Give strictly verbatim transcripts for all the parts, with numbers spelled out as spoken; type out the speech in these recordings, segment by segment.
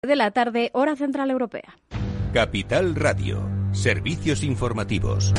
de la tarde, hora central europea. Capital Radio, servicios informativos.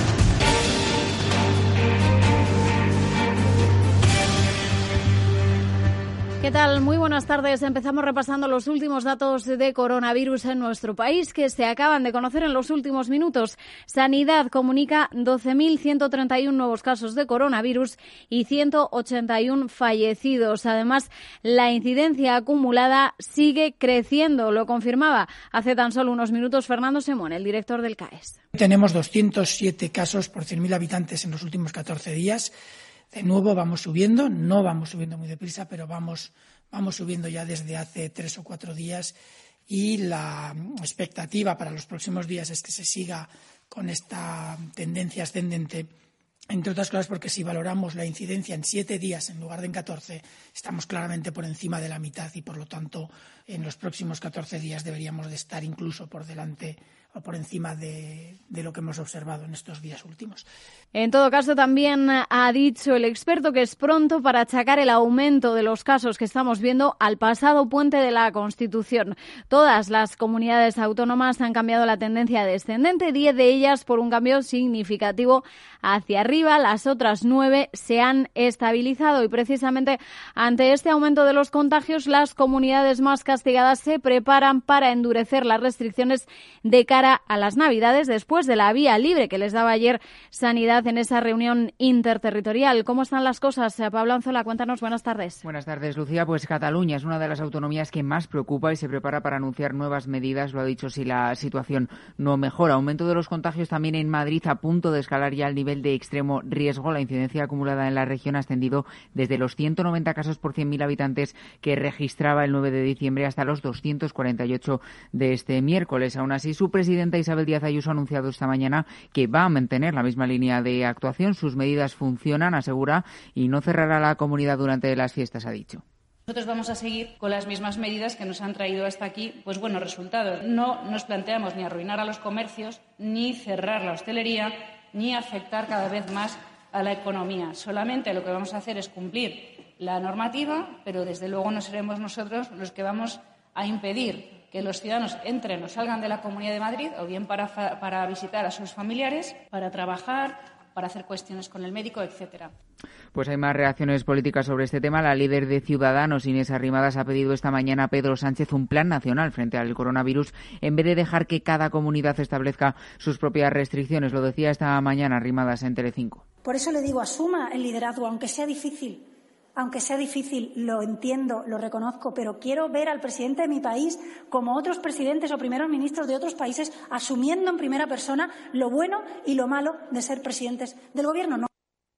¿Qué tal? Muy buenas tardes. Empezamos repasando los últimos datos de coronavirus en nuestro país que se acaban de conocer en los últimos minutos. Sanidad comunica doce mil ciento treinta y uno nuevos casos de coronavirus y ciento ochenta y uno fallecidos. Además, la incidencia acumulada sigue creciendo. Lo confirmaba hace tan solo unos minutos Fernando Simón, el director del C A E S. Tenemos doscientos siete casos por cien mil habitantes en los últimos catorce días. De nuevo vamos subiendo, no vamos subiendo muy deprisa, pero vamos, vamos subiendo ya desde hace tres o cuatro días y la expectativa para los próximos días es que se siga con esta tendencia ascendente, entre otras cosas porque si valoramos la incidencia en siete días en lugar de en catorce, estamos claramente por encima de la mitad y por lo tanto en los próximos catorce días deberíamos de estar incluso por delante o por encima de, de lo que hemos observado en estos días últimos. En todo caso, también ha dicho el experto que es pronto para achacar el aumento de los casos que estamos viendo al pasado puente de la Constitución. Todas las comunidades autónomas han cambiado la tendencia descendente, diez de ellas por un cambio significativo hacia arriba, las otras nueve se han estabilizado y precisamente ante este aumento de los contagios, las comunidades más castigadas se preparan para endurecer las restricciones de cara a las Navidades después de la vía libre que les daba ayer Sanidad en esa reunión interterritorial. ¿Cómo están las cosas? Pablo Anzola, cuéntanos. Buenas tardes. Buenas tardes, Lucía. Pues Cataluña es una de las autonomías que más preocupa y se prepara para anunciar nuevas medidas, lo ha dicho, si la situación no mejora. Aumento de los contagios también en Madrid, a punto de escalar ya al nivel de extremo riesgo. La incidencia acumulada en la región ha ascendido desde los ciento noventa casos por cien mil habitantes que registraba el nueve de diciembre hasta los doscientos cuarenta y ocho de este miércoles. Aún así, su presidenta Isabel Díaz Ayuso ha anunciado esta mañana que va a mantener la misma línea de actuación. Sus medidas funcionan, asegura, y no cerrará la comunidad durante las fiestas, ha dicho. Nosotros vamos a seguir con las mismas medidas que nos han traído hasta aquí pues buenos resultados. No nos planteamos ni arruinar a los comercios, ni cerrar la hostelería, ni afectar cada vez más a la economía. Solamente lo que vamos a hacer es cumplir la normativa, pero desde luego no seremos nosotros los que vamos a impedir que los ciudadanos entren o salgan de la Comunidad de Madrid, o bien para, para visitar a sus familiares, para trabajar, para hacer cuestiones con el médico, etcétera. Pues hay más reacciones políticas sobre este tema. La líder de Ciudadanos, Inés Arrimadas, ha pedido esta mañana a Pedro Sánchez un plan nacional frente al coronavirus en vez de dejar que cada comunidad establezca sus propias restricciones. Lo decía esta mañana Arrimadas en Telecinco. Por eso le digo, asuma el liderazgo, aunque sea difícil. Aunque sea difícil, lo entiendo, lo reconozco, pero quiero ver al presidente de mi país, como otros presidentes o primeros ministros de otros países, asumiendo en primera persona lo bueno y lo malo de ser presidentes del Gobierno. No.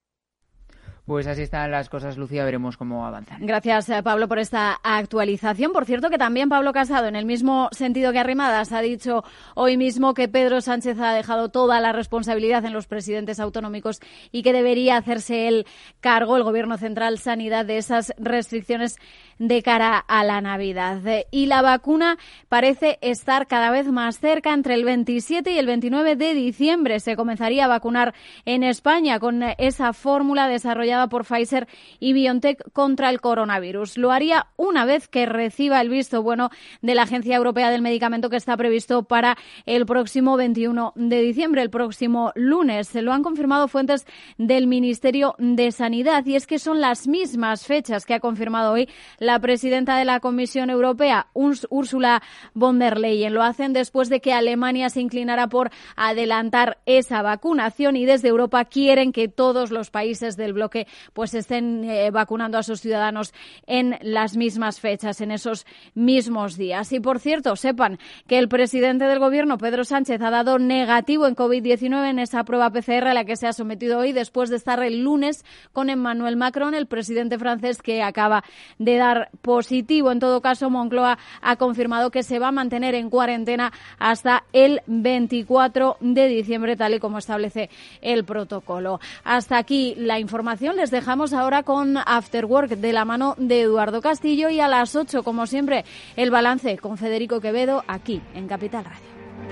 Pues así están las cosas, Lucía, veremos cómo avanzan. Gracias, Pablo, por esta actualización. Por cierto, que también Pablo Casado, en el mismo sentido que Arrimadas, ha dicho hoy mismo que Pedro Sánchez ha dejado toda la responsabilidad en los presidentes autonómicos y que debería hacerse el cargo, el Gobierno Central, Sanidad, de esas restricciones de cara a la Navidad. Y la vacuna parece estar cada vez más cerca. Entre el veintisiete y el veintinueve de diciembre se comenzaría a vacunar en España con esa fórmula desarrollada por Pfizer y BioNTech contra el coronavirus. Lo haría una vez que reciba el visto bueno de la Agencia Europea del Medicamento, que está previsto para el próximo veintiuno de diciembre, el próximo lunes. Se lo han confirmado fuentes del Ministerio de Sanidad y es que son las mismas fechas que ha confirmado hoy la presidenta de la Comisión Europea, Ursula von der Leyen. Lo hacen después de que Alemania se inclinara por adelantar esa vacunación y desde Europa quieren que todos los países del bloque pues estén eh, vacunando a sus ciudadanos en las mismas fechas, en esos mismos días. Y por cierto, sepan que el presidente del Gobierno, Pedro Sánchez, ha dado negativo en COVID diecinueve en esa prueba P C R a la que se ha sometido hoy después de estar el lunes con Emmanuel Macron, el presidente francés, que acaba de dar positivo. En todo caso, Moncloa ha confirmado que se va a mantener en cuarentena hasta el veinticuatro de diciembre, tal y como establece el protocolo. Hasta aquí la información. Les dejamos ahora con After Work de la mano de Eduardo Castillo y a las ocho, como siempre, el balance con Federico Quevedo aquí en Capital Radio.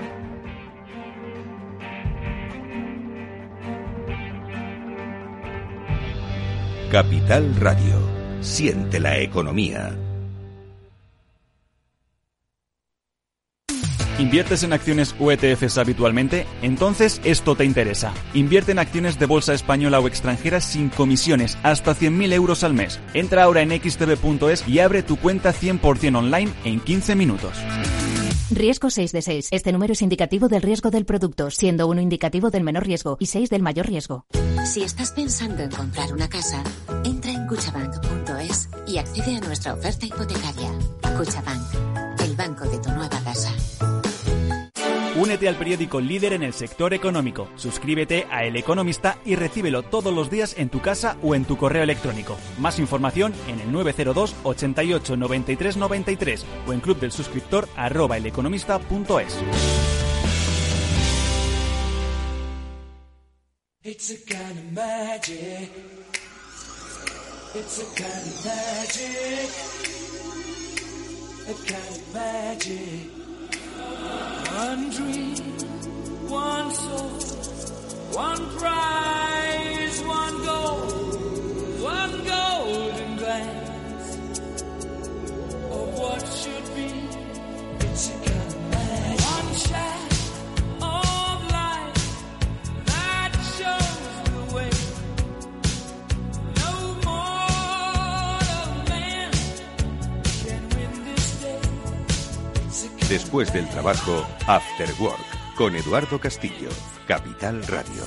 Capital Radio. Siente la economía. ¿Inviertes en acciones o E T Fs habitualmente? Entonces esto te interesa. Invierte en acciones de bolsa española o extranjera sin comisiones, hasta cien mil euros al mes. Entra ahora en equis te ve punto es y abre tu cuenta cien por ciento online en quince minutos. Riesgo seis de seis. Este número es indicativo del riesgo del producto, siendo uno indicativo del menor riesgo y seis del mayor riesgo. Si estás pensando en comprar una casa, entra en cuchabank punto es y accede a nuestra oferta hipotecaria. Cuchabank, el banco de tu nueva casa. Únete al periódico líder en el sector económico. Suscríbete a El Economista y recíbelo todos los días en tu casa o en tu correo electrónico. Más información en el nueve cero dos, ochenta y ocho, noventa y tres noventa y tres o en club del suscriptor arroba eleconomista punto es. It's a kind of magic. It's a kind of magic. A kind of magic. One dream, one soul, one prize, one goal, one golden glance of what should be. It's a kind of magic. One shaft of light that shows the way. No mortal man can win this day. It's a kind Después del trabajo, After Work, con Eduardo Castillo, Capital Radio.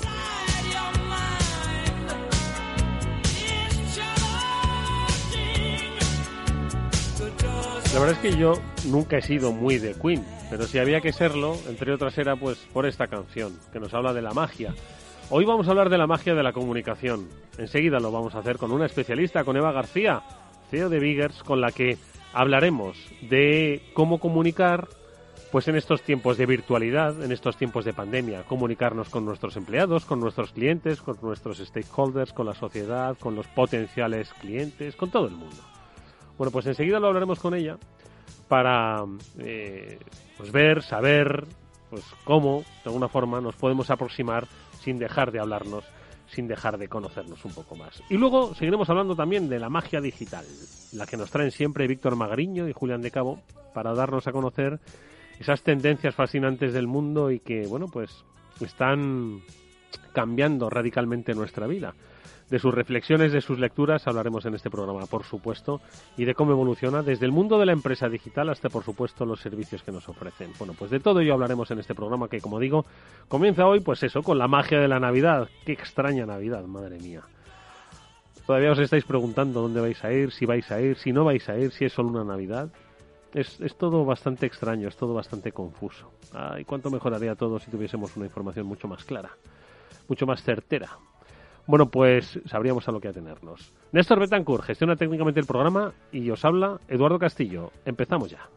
La verdad es que yo nunca he sido muy de Queen, pero si había que serlo, entre otras era pues por esta canción, que nos habla de la magia. Hoy vamos a hablar de la magia de la comunicación. Enseguida lo vamos a hacer con una especialista, con Eva García, C E O de Biggers, con la que hablaremos de cómo comunicar pues en estos tiempos de virtualidad, en estos tiempos de pandemia, comunicarnos con nuestros empleados, con nuestros clientes, con nuestros stakeholders, con la sociedad, con los potenciales clientes, con todo el mundo. Bueno, pues enseguida lo hablaremos con ella para eh, pues ver, saber pues cómo, de alguna forma, nos podemos aproximar sin dejar de hablarnos, sin dejar de conocernos un poco más. Y luego seguiremos hablando también de la magia digital, la que nos traen siempre Víctor Magariño y Julián de Cabo, para darnos a conocer esas tendencias fascinantes del mundo y que, bueno, pues están cambiando radicalmente nuestra vida. De sus reflexiones, de sus lecturas, hablaremos en este programa, por supuesto, y de cómo evoluciona desde el mundo de la empresa digital hasta, por supuesto, los servicios que nos ofrecen. Bueno, pues de todo ello hablaremos en este programa que, como digo, comienza hoy, pues eso, con la magia de la Navidad. ¡Qué extraña Navidad, madre mía! Todavía os estáis preguntando dónde vais a ir, si vais a ir, si no vais a ir, si es solo una Navidad. Es, es todo bastante extraño, es todo bastante confuso. Ay, cuánto mejoraría todo si tuviésemos una información mucho más clara, mucho más certera. Bueno, pues sabríamos a lo que atenernos. Néstor Betancourt gestiona técnicamente el programa y os habla Eduardo Castillo. Empezamos ya.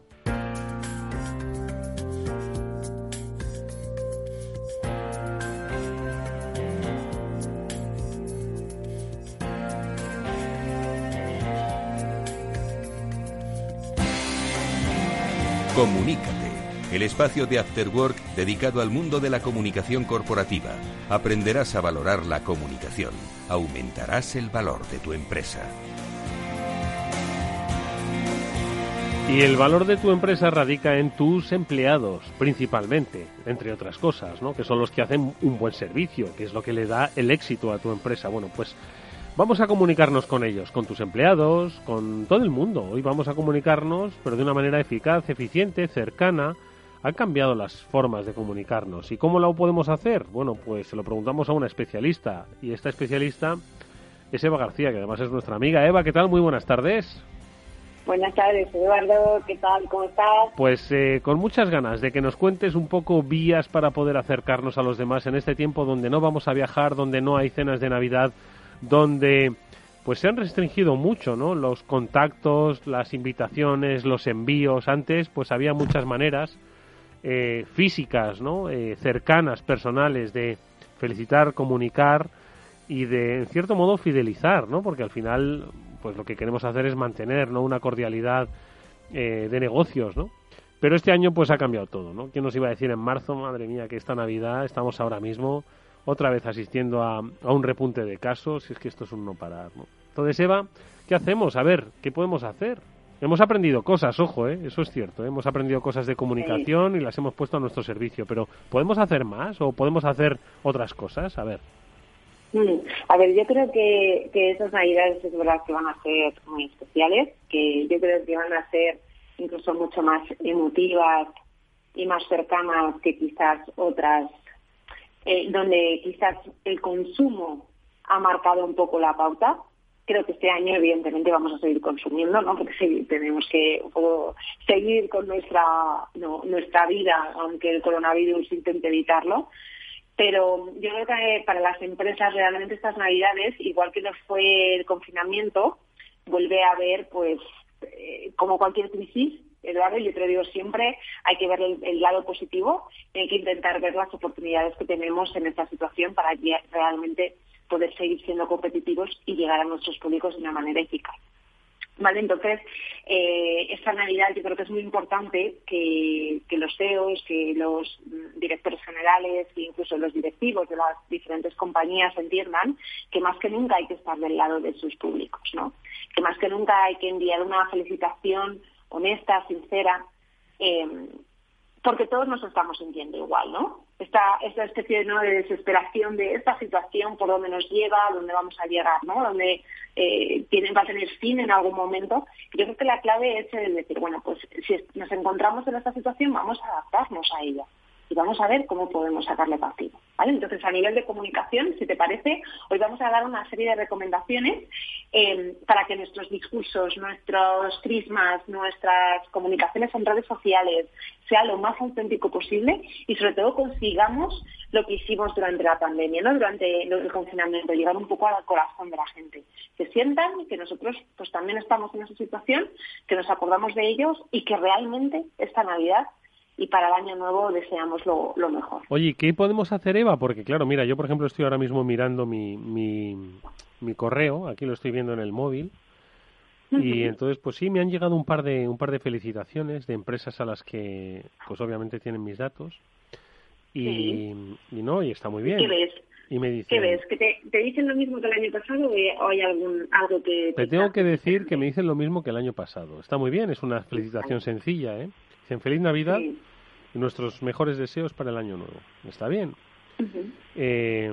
Comunícate, el espacio de After Work dedicado al mundo de la comunicación corporativa. Aprenderás a valorar la comunicación, aumentarás el valor de tu empresa. Y el valor de tu empresa radica en tus empleados, principalmente, entre otras cosas, ¿no? Que son los que hacen un buen servicio, que es lo que le da el éxito a tu empresa. Bueno, pues vamos a comunicarnos con ellos, con tus empleados, con todo el mundo. Hoy vamos a comunicarnos, pero de una manera eficaz, eficiente, cercana. Han cambiado las formas de comunicarnos. ¿Y cómo lo podemos hacer? Bueno, pues se lo preguntamos a una especialista. Y esta especialista es Eva García, que además es nuestra amiga. Eva, ¿qué tal? Muy buenas tardes. Buenas tardes, Eduardo. ¿Qué tal? ¿Cómo estás? Pues eh, con muchas ganas de que nos cuentes un poco vías para poder acercarnos a los demás en este tiempo donde no vamos a viajar, donde no hay cenas de Navidad, donde pues se han restringido mucho, ¿no? Los contactos, las invitaciones, los envíos. Antes pues había muchas maneras eh, físicas, ¿no? Eh, cercanas, personales, de felicitar, comunicar y de, en cierto modo, fidelizar, ¿no? Porque al final pues lo que queremos hacer es mantener, ¿no? Una cordialidad eh, de negocios, ¿no? Pero este año pues ha cambiado todo, ¿no? ¿Quién nos iba a decir en marzo, madre mía, que esta Navidad estamos ahora mismo otra vez asistiendo a, a un repunte de casos? Y es que esto es un no parar, ¿no? Entonces, Eva, ¿qué hacemos? A ver, ¿qué podemos hacer? Hemos aprendido cosas, ojo, ¿eh? Eso es cierto, ¿eh? Hemos aprendido cosas de comunicación y las hemos puesto a nuestro servicio, pero ¿podemos hacer más o podemos hacer otras cosas? A ver. Mm, A ver, yo creo que, que esas navidades es verdad que van a ser muy especiales, que yo creo que van a ser incluso mucho más emotivas y más cercanas que quizás otras, eh, donde quizás el consumo ha marcado un poco la pauta. Creo que este año, evidentemente, vamos a seguir consumiendo, ¿no? Porque sí, tenemos que un poco seguir con nuestra no, nuestra vida, aunque el coronavirus intente evitarlo. Pero yo creo que para las empresas realmente estas Navidades, igual que nos fue el confinamiento, vuelve a haber, pues, eh, como cualquier crisis, Eduardo, yo te lo digo siempre, hay que ver el, el lado positivo, hay que intentar ver las oportunidades que tenemos en esta situación para realmente poder seguir siendo competitivos y llegar a nuestros públicos de una manera eficaz. Vale, entonces, eh, esta Navidad yo creo que es muy importante que, que los C E Os, que los directores generales e incluso los directivos de las diferentes compañías entiendan que más que nunca hay que estar del lado de sus públicos, ¿no? Que más que nunca hay que enviar una felicitación honesta, sincera, eh, porque todos nos estamos sintiendo igual, ¿no? Esta, esta especie, ¿no?, de desesperación de esta situación, por dónde nos lleva, dónde vamos a llegar, ¿no? Dónde eh, tiene, va a tener fin en algún momento. Yo creo que la clave es el decir, bueno, pues si nos encontramos en esta situación, vamos a adaptarnos a ella y vamos a ver cómo podemos sacarle partido, ¿vale? Entonces, a nivel de comunicación, si te parece, hoy vamos a dar una serie de recomendaciones eh, para que nuestros discursos, nuestros crismas, nuestras comunicaciones en redes sociales sea lo más auténtico posible y, sobre todo, consigamos lo que hicimos durante la pandemia, ¿no? Durante el confinamiento, llegar un poco al corazón de la gente. Que sientan que nosotros pues también estamos en esa situación, que nos acordamos de ellos y que realmente esta Navidad y para el año nuevo deseamos lo, lo mejor. Oye, ¿qué podemos hacer, Eva? Porque, claro, mira, yo, por ejemplo, estoy ahora mismo mirando mi, mi, mi correo, aquí lo estoy viendo en el móvil, y entonces, pues sí, me han llegado un par de un par de felicitaciones de empresas a las que, pues obviamente tienen mis datos, y, sí. y no, y está muy bien. ¿Qué ves? Y me dicen, ¿Qué ves? ¿Que te, te dicen lo mismo que el año pasado o hay algún, algo que... Te tengo que decir que me dicen lo mismo que el año pasado. Está muy bien, es una felicitación sencilla, ¿eh? Dicen, feliz Navidad. Sí. Y nuestros mejores deseos para el año nuevo. Está bien. Uh-huh. Eh,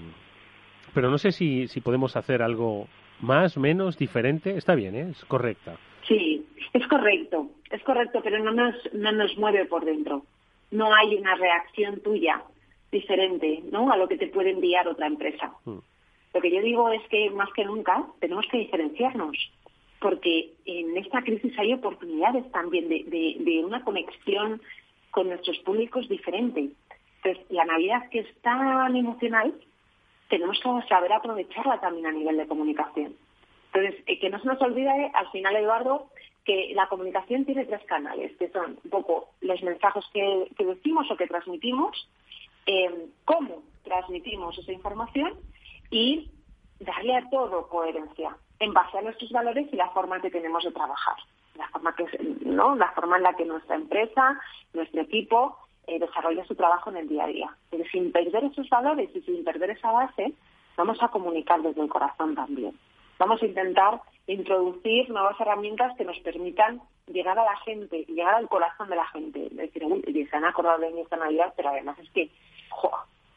pero no sé si, si podemos hacer algo más, menos, diferente. Está bien, ¿eh? Es correcta. Sí, es correcto. Es correcto, pero no nos, no nos mueve por dentro. No hay una reacción tuya diferente, ¿no?, a lo que te puede enviar otra empresa. Uh. Lo que yo digo es que más que nunca tenemos que diferenciarnos. Porque en esta crisis hay oportunidades también de, de, de una conexión con nuestros públicos diferente. Entonces, la Navidad, que es tan emocional, tenemos que saber aprovecharla también a nivel de comunicación. Entonces, eh, que no se nos olvide, al final, Eduardo, que la comunicación tiene tres canales, que son un poco los mensajes que, que decimos o que transmitimos, eh, cómo transmitimos esa información y darle a todo coherencia en base a nuestros valores y la forma que tenemos de trabajar. La forma que no la forma en la que nuestra empresa, nuestro equipo eh, desarrolla su trabajo en el día a día. Pero sin perder esos valores y sin perder esa base, vamos a comunicar desde el corazón también. Vamos a intentar introducir nuevas herramientas que nos permitan llegar a la gente, llegar al corazón de la gente. Es decir, uy, se han acordado de mí esta Navidad, pero además es que, ¡jo!,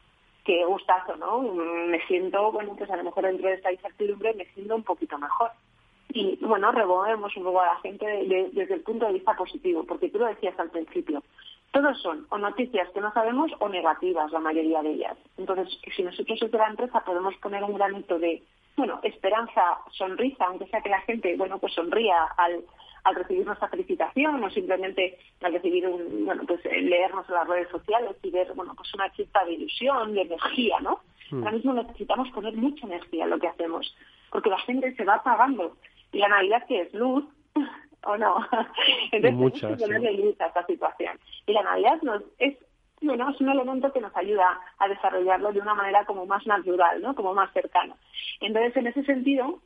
qué gustazo, ¿no? Me siento, bueno, pues a lo mejor dentro de esta incertidumbre me siento un poquito mejor. Y, bueno, removemos un poco a la gente de, de, desde el punto de vista positivo, porque tú lo decías al principio, todos son o noticias que no sabemos o negativas, la mayoría de ellas. Entonces, si nosotros desde la empresa podemos poner un granito de, bueno, esperanza, sonrisa, aunque sea que la gente, bueno, pues sonría al, al recibir nuestra felicitación o simplemente al recibir un, bueno, pues leernos en las redes sociales y ver, bueno, pues una chispa de ilusión, de energía, ¿no? Mm. Ahora mismo necesitamos poner mucha energía en lo que hacemos, porque la gente se va apagando. Y la Navidad, que es luz, ¿o no? Entonces Muchas, tenemos que ponerle luz a esta situación. Y la Navidad nos es, bueno, es un elemento que nos ayuda a desarrollarlo de una manera como más natural, ¿no?, como más cercana. Entonces, en ese sentido,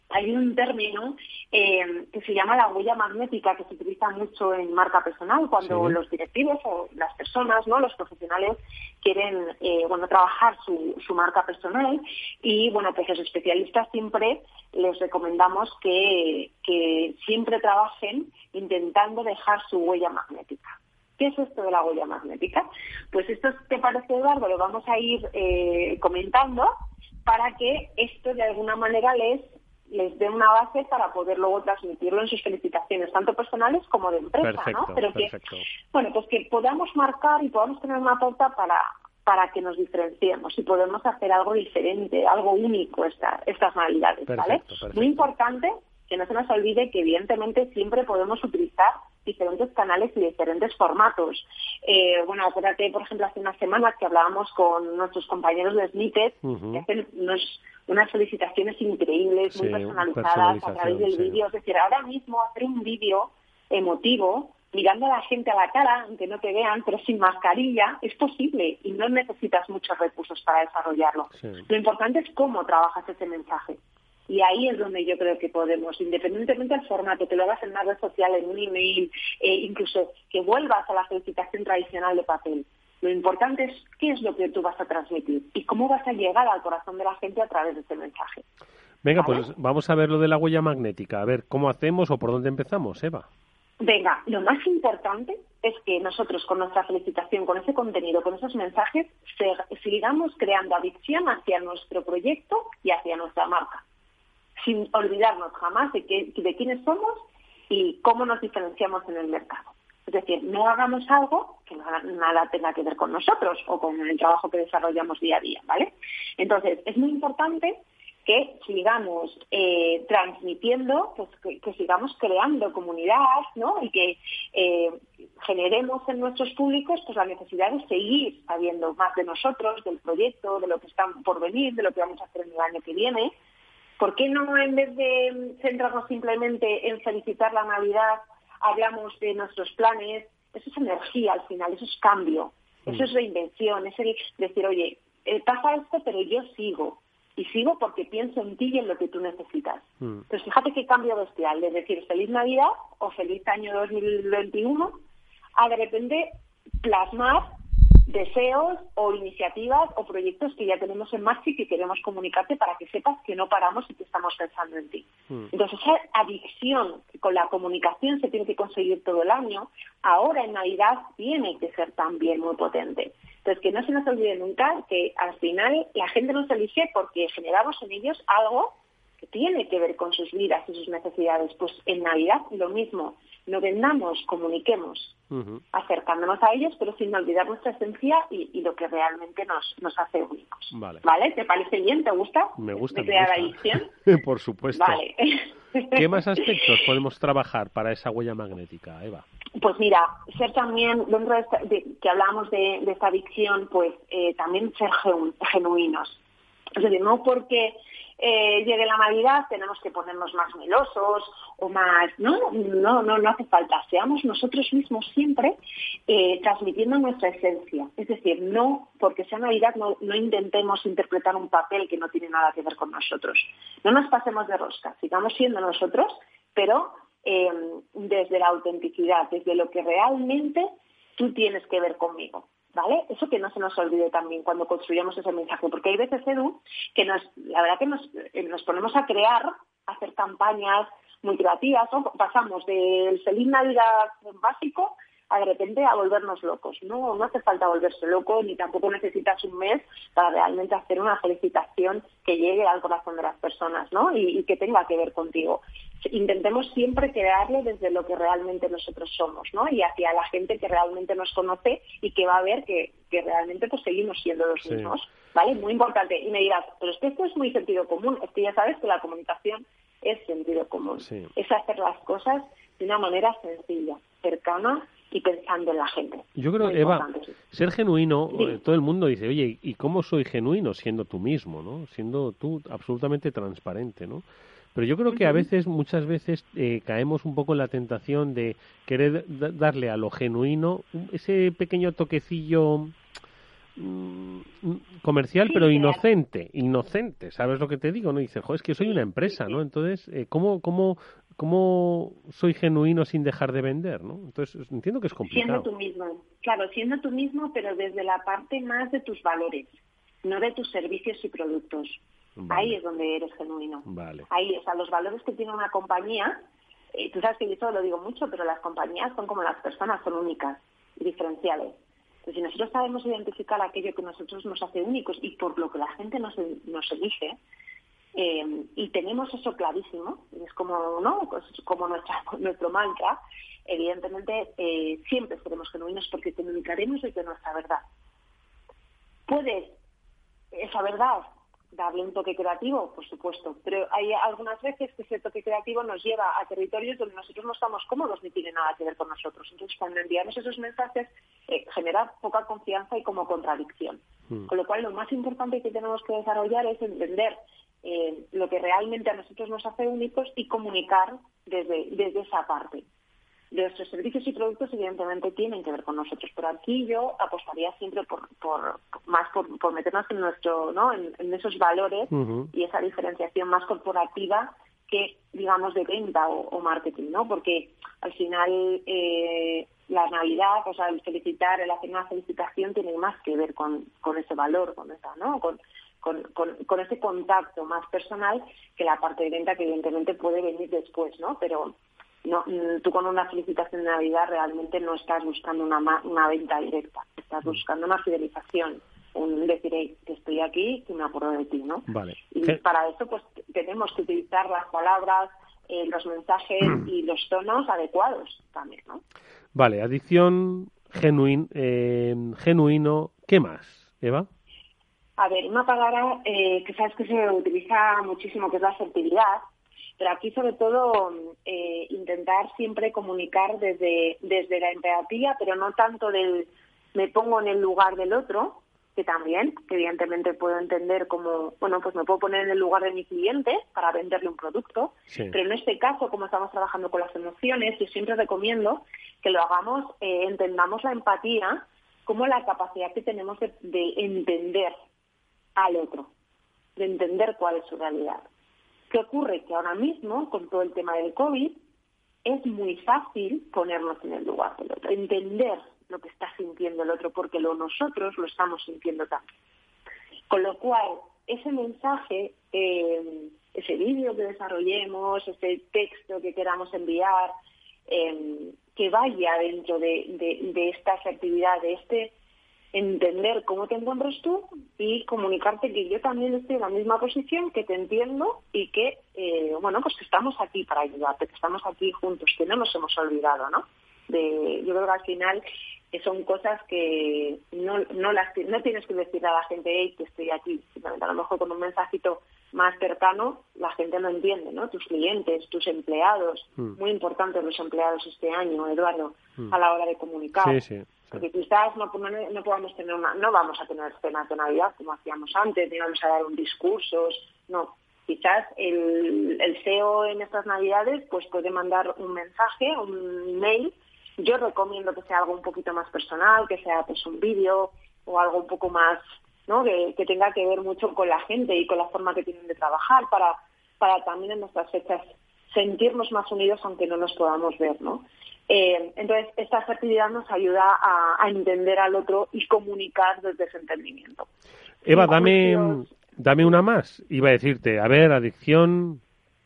hay un término eh, que se llama la huella magnética, que se utiliza mucho en marca personal cuando Sí. los directivos o las personas, no, los profesionales quieren eh, bueno trabajar su, su marca personal y bueno pues los especialistas siempre les recomendamos que, que siempre trabajen intentando dejar su huella magnética. ¿Qué es esto de la huella magnética? Pues esto, ¿te parece, Eduardo? Lo vamos a ir eh, comentando para que esto de alguna manera les les dé una base para poder luego transmitirlo en sus felicitaciones, tanto personales como de empresa, Perfecto, ¿no? Pero que, perfecto. bueno, pues que podamos marcar y podamos tener una pauta para para que nos diferenciemos y podemos hacer algo diferente, algo único esta, estas Navidades, ¿vale? Perfecto, perfecto. Muy importante que no se nos olvide que evidentemente siempre podemos utilizar diferentes canales y diferentes formatos. Eh, bueno, acuérdate, por ejemplo, hace unas semanas que hablábamos con nuestros compañeros de Snippet, Ujú. que hacen unos, unas felicitaciones increíbles, muy Sí, personalizadas a través del personalización, sí. vídeo. Es decir, ahora mismo hacer un vídeo emotivo, mirando a la gente a la cara, aunque no te vean, pero sin mascarilla, es posible y no necesitas muchos recursos para desarrollarlo. Sí. Lo importante es cómo trabajas ese mensaje. Y ahí es donde yo creo que podemos, independientemente del formato, que lo hagas en una red social, en un email, eh, incluso que vuelvas a la felicitación tradicional de papel. Lo importante es qué es lo que tú vas a transmitir y cómo vas a llegar al corazón de la gente a través de ese mensaje. Venga, ¿Vale? pues vamos a ver lo de la huella magnética. A ver, ¿cómo hacemos o por dónde empezamos, Eva? Venga, lo más importante es que nosotros con nuestra felicitación, con ese contenido, con esos mensajes, se- sigamos creando adicción hacia nuestro proyecto y hacia nuestra marca, sin olvidarnos jamás de, qué, de quiénes somos y cómo nos diferenciamos en el mercado. Es decir, no hagamos algo que nada, nada tenga que ver con nosotros o con el trabajo que desarrollamos día a día, ¿vale? Entonces, es muy importante que sigamos eh, transmitiendo, pues que, que sigamos creando comunidad, ¿no? Y que eh, generemos en nuestros públicos pues la necesidad de seguir sabiendo más de nosotros, del proyecto, de lo que está por venir, de lo que vamos a hacer en el año que viene. ¿Por qué no, en vez de centrarnos simplemente en felicitar la Navidad, hablamos de nuestros planes? Eso es energía al final, eso es cambio, eso es reinvención, es el decir, oye, eh, pasa esto, pero yo sigo. Y sigo porque pienso en ti y en lo que tú necesitas. Mm. Entonces, fíjate qué cambio bestial, de decir feliz Navidad o feliz año dos mil veintiuno, a de repente plasmar deseos o iniciativas o proyectos que ya tenemos en marcha y que queremos comunicarte para que sepas que no paramos y que estamos pensando en ti. Mm. Entonces, esa adicción que con la comunicación se tiene que conseguir todo el año, ahora en Navidad tiene que ser también muy potente. Entonces, que no se nos olvide nunca que al final la gente nos elige porque generamos en ellos algo que tiene que ver con sus vidas y sus necesidades. Pues en Navidad lo mismo, no vendamos, comuniquemos, Ujú. acercándonos a ellos, pero sin olvidar nuestra esencia y, y lo que realmente nos, nos hace únicos. Vale. ¿Vale? ¿Te parece bien? ¿Te gusta? Me gusta, ¿De me crear gusta. adicción? Por supuesto. Vale. ¿Qué más aspectos podemos trabajar para esa huella magnética, Eva? Pues mira, ser también, dentro de, esta, de que hablábamos de, de esta adicción, pues eh, también ser genu- genuinos. Es decir, no porque eh, llegue la Navidad tenemos que ponernos más melosos o más... No, no, no, no hace falta. Seamos nosotros mismos siempre eh, transmitiendo nuestra esencia. Es decir, no porque sea Navidad no, no intentemos interpretar un papel que no tiene nada que ver con nosotros. No nos pasemos de rosca, sigamos siendo nosotros, pero eh, desde la autenticidad, desde lo que realmente tú tienes que ver conmigo. ¿Vale? Eso que no se nos olvide también cuando construyamos ese mensaje, porque hay veces, Edu, que nos, la verdad que nos, eh, nos ponemos a crear, a hacer campañas muy creativas, ¿no? Pasamos del feliz Navidad básico a de repente a volvernos locos. No, no hace falta volverse loco, ni tampoco necesitas un mes para realmente hacer una felicitación que llegue al corazón de las personas, ¿no? Y, y que tenga que ver contigo. Intentemos siempre crearlo desde lo que realmente nosotros somos, ¿no? Y hacia la gente que realmente nos conoce y que va a ver que, que realmente pues seguimos siendo los Sí. mismos, ¿vale? Muy importante. Y me dirás, pero es que esto es muy sentido común. Es que ya sabes que la comunicación es sentido común. Sí. Es hacer las cosas de una manera sencilla, cercana y pensando en la gente. Yo creo, Muy Eva, importante, sí. ser genuino, Sí. eh, todo el mundo dice, oye, ¿y cómo soy genuino siendo tú mismo, no? Siendo tú absolutamente transparente, ¿no? Pero yo creo que a Ujú. veces, muchas veces, eh, caemos un poco en la tentación de querer da- darle a lo genuino un- ese pequeño toquecillo mm, comercial, sí, pero inocente, inocente, ¿sabes lo que te digo? No dice, joder, es que soy una empresa, ¿no? Entonces, eh, ¿cómo, cómo, ¿cómo soy genuino sin dejar de vender, ¿no? Entonces, entiendo que es complicado. Siendo tú mismo, claro, siendo tú mismo, pero desde la parte más de tus valores, no de tus servicios y productos. Vale. Ahí es donde eres genuino. Vale. Ahí, o sea, los valores que tiene una compañía, eh, tú sabes que yo eso lo digo mucho, pero las compañías son como las personas, son únicas y diferenciales. Entonces, si nosotros sabemos identificar aquello que nosotros nos hace únicos y por lo que la gente nos, nos elige, eh, y tenemos eso clarísimo, es como, ¿no? Pues como nuestra, nuestro mantra, evidentemente eh, siempre seremos genuinos porque comunicaremos desde nuestra verdad. Puedes esa verdad darle un toque creativo, por supuesto, pero hay algunas veces que ese toque creativo nos lleva a territorios donde nosotros no estamos cómodos ni tiene nada que ver con nosotros. Entonces, cuando enviamos esos mensajes, eh, genera poca confianza y como contradicción. Mm. Con lo cual, lo más importante que tenemos que desarrollar es entender eh, lo que realmente a nosotros nos hace únicos y comunicar desde, desde esa parte. De nuestros servicios y productos, evidentemente, tienen que ver con nosotros, pero aquí yo apostaría siempre por, por más por, por meternos en nuestro, ¿no? en, en esos valores uh-huh. y esa diferenciación más corporativa que, digamos, de venta o, o marketing, ¿no? Porque al final eh, la Navidad, o sea, el felicitar, el hacer una felicitación tiene más que ver con, con ese valor, con esa, ¿no? Con, Con, con, con ese contacto más personal que la parte de venta, que evidentemente puede venir después, ¿no? Pero no, tú con una felicitación de Navidad realmente no estás buscando una, una venta directa, estás buscando una fidelización, un decir, hey, que estoy aquí, que me acuerdo de ti, ¿no? Vale. Y ¿Qué? Para eso pues tenemos que utilizar las palabras, eh, los mensajes y los tonos adecuados también, ¿no? Vale, adicción, genuin, eh, genuino, ¿qué más, Eva? A ver, una palabra eh, que sabes que se utiliza muchísimo, que es la asertividad, pero aquí sobre todo eh, intentar siempre comunicar desde, desde la empatía, pero no tanto del me pongo en el lugar del otro, que también, que evidentemente puedo entender como, bueno, pues me puedo poner en el lugar de mi cliente para venderle un producto, sí. Pero en este caso, como estamos trabajando con las emociones, yo siempre recomiendo que lo hagamos, eh, entendamos la empatía como la capacidad que tenemos de, de entender al otro, de entender cuál es su realidad. ¿Qué ocurre? Que ahora mismo, con todo el tema del COVID, es muy fácil ponernos en el lugar del otro, entender lo que está sintiendo el otro, porque lo nosotros lo estamos sintiendo también. Con lo cual, ese mensaje, eh, ese vídeo que desarrollemos, ese texto que queramos enviar, eh, que vaya dentro de, de, de estas actividades, de este entender cómo te encuentras tú y comunicarte que yo también estoy en la misma posición, que te entiendo y que, eh, bueno, pues que estamos aquí para ayudarte, que estamos aquí juntos, que no nos hemos olvidado, ¿no? De, yo creo que al final eh, son cosas que no, no, las, no tienes que decir a la gente, hey, que estoy aquí. Simplemente a lo mejor con un mensajito más cercano la gente no entiende, ¿no? Tus clientes, tus empleados, mm. muy importantes los empleados este año, Eduardo, mm. a la hora de comunicar. Sí, sí. Porque quizás no, no, no podamos tener una, no vamos a tener cenas de Navidad como hacíamos antes, ni vamos a dar un discursos, no. Quizás el, el C E O en estas Navidades pues puede mandar un mensaje, un mail. Yo recomiendo que sea algo un poquito más personal, que sea pues un vídeo o algo un poco más, ¿no? Que, que tenga que ver mucho con la gente y con la forma que tienen de trabajar para, para también en nuestras fechas sentirnos más unidos aunque no nos podamos ver, ¿no? Eh, entonces, esta asertividad nos ayuda a, a entender al otro y comunicar desde ese entendimiento. Eva, dame, dame una más. Iba a decirte, a ver, adicción,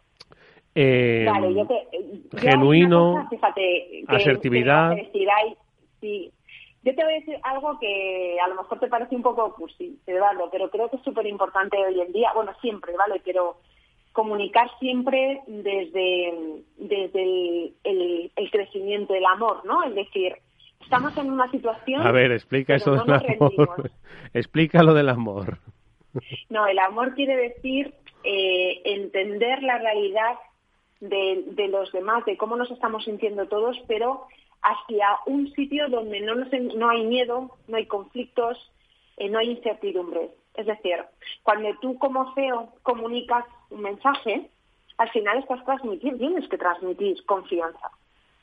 eh, vale, yo te, yo genuino, cosa, fíjate, que, asertividad. Que decir, ay, sí. Yo te voy a decir algo que a lo mejor te parece un poco cursi, Eduardo, pero creo que es súper importante hoy en día. Bueno, siempre, ¿vale? Pero comunicar siempre desde, desde el, el, el crecimiento, el amor, ¿no? Es decir, estamos en una situación... A ver, explica eso no del amor. Explica lo del amor. No, el amor quiere decir eh, entender la realidad de, de los demás, de cómo nos estamos sintiendo todos, pero hacia un sitio donde no, nos, no hay miedo, no hay conflictos, eh, no hay incertidumbres. Es decir, cuando tú como C E O comunicas un mensaje, al final estás transmitiendo, tienes que transmitir confianza.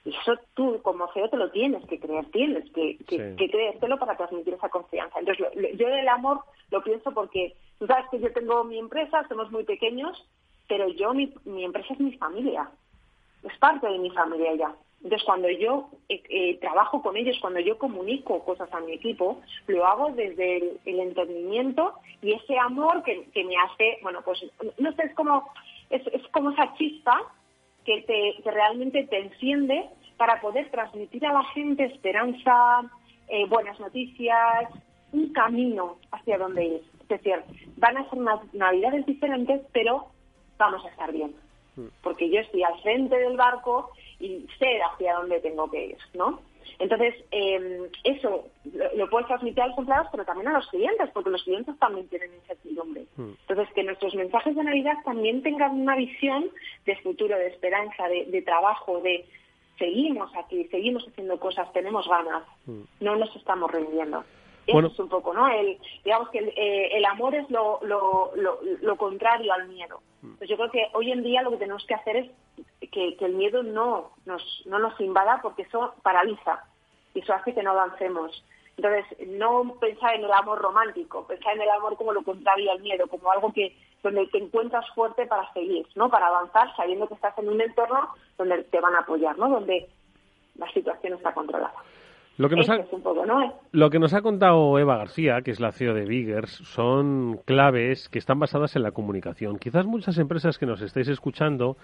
Y eso tú, como C E O, te lo tienes que creer, tienes que, que, sí. que creértelo para transmitir esa confianza. Entonces, lo, lo, yo el amor lo pienso porque, tú sabes que yo tengo mi empresa, somos muy pequeños, pero yo, mi, mi empresa es mi familia, es parte de mi familia ya. Entonces, cuando yo eh, eh, trabajo con ellos, cuando yo comunico cosas a mi equipo, lo hago desde el, el entendimiento y ese amor que, que me hace, bueno, pues, no sé, es como, es, es como esa chispa que, te, que realmente te enciende para poder transmitir a la gente esperanza, eh, buenas noticias, un camino hacia donde ir. Es decir, van a ser unas navidades diferentes, pero vamos a estar bien. Porque yo estoy al frente del barco y sé hacia dónde tengo que ir, ¿no? Entonces, eh, eso lo, lo puedes transmitir a los empleados, pero también a los clientes, porque los clientes también tienen incertidumbre. Mm. Entonces, que nuestros mensajes de Navidad también tengan una visión de futuro, de esperanza, de, de trabajo, de seguimos aquí, seguimos haciendo cosas, tenemos ganas, mm. no nos estamos rindiendo. Bueno. Eso es un poco, ¿no? El, digamos que el, eh, el amor es lo, lo, lo, lo contrario al miedo. Pues yo creo que hoy en día lo que tenemos que hacer es que, que el miedo no nos, no nos invada, porque eso paraliza y eso hace que no avancemos. Entonces, no pensar en el amor romántico, pensar en el amor como lo contrario al miedo, como algo que donde te encuentras fuerte para seguir, ¿no? Para avanzar, sabiendo que estás en un entorno donde te van a apoyar, ¿no? Donde la situación está controlada. Lo que, nos ha, es un poco, ¿no? lo que nos ha contado Eva García, que es la C E O de Biggers, son claves que están basadas en la comunicación. Quizás muchas empresas que nos estáis escuchando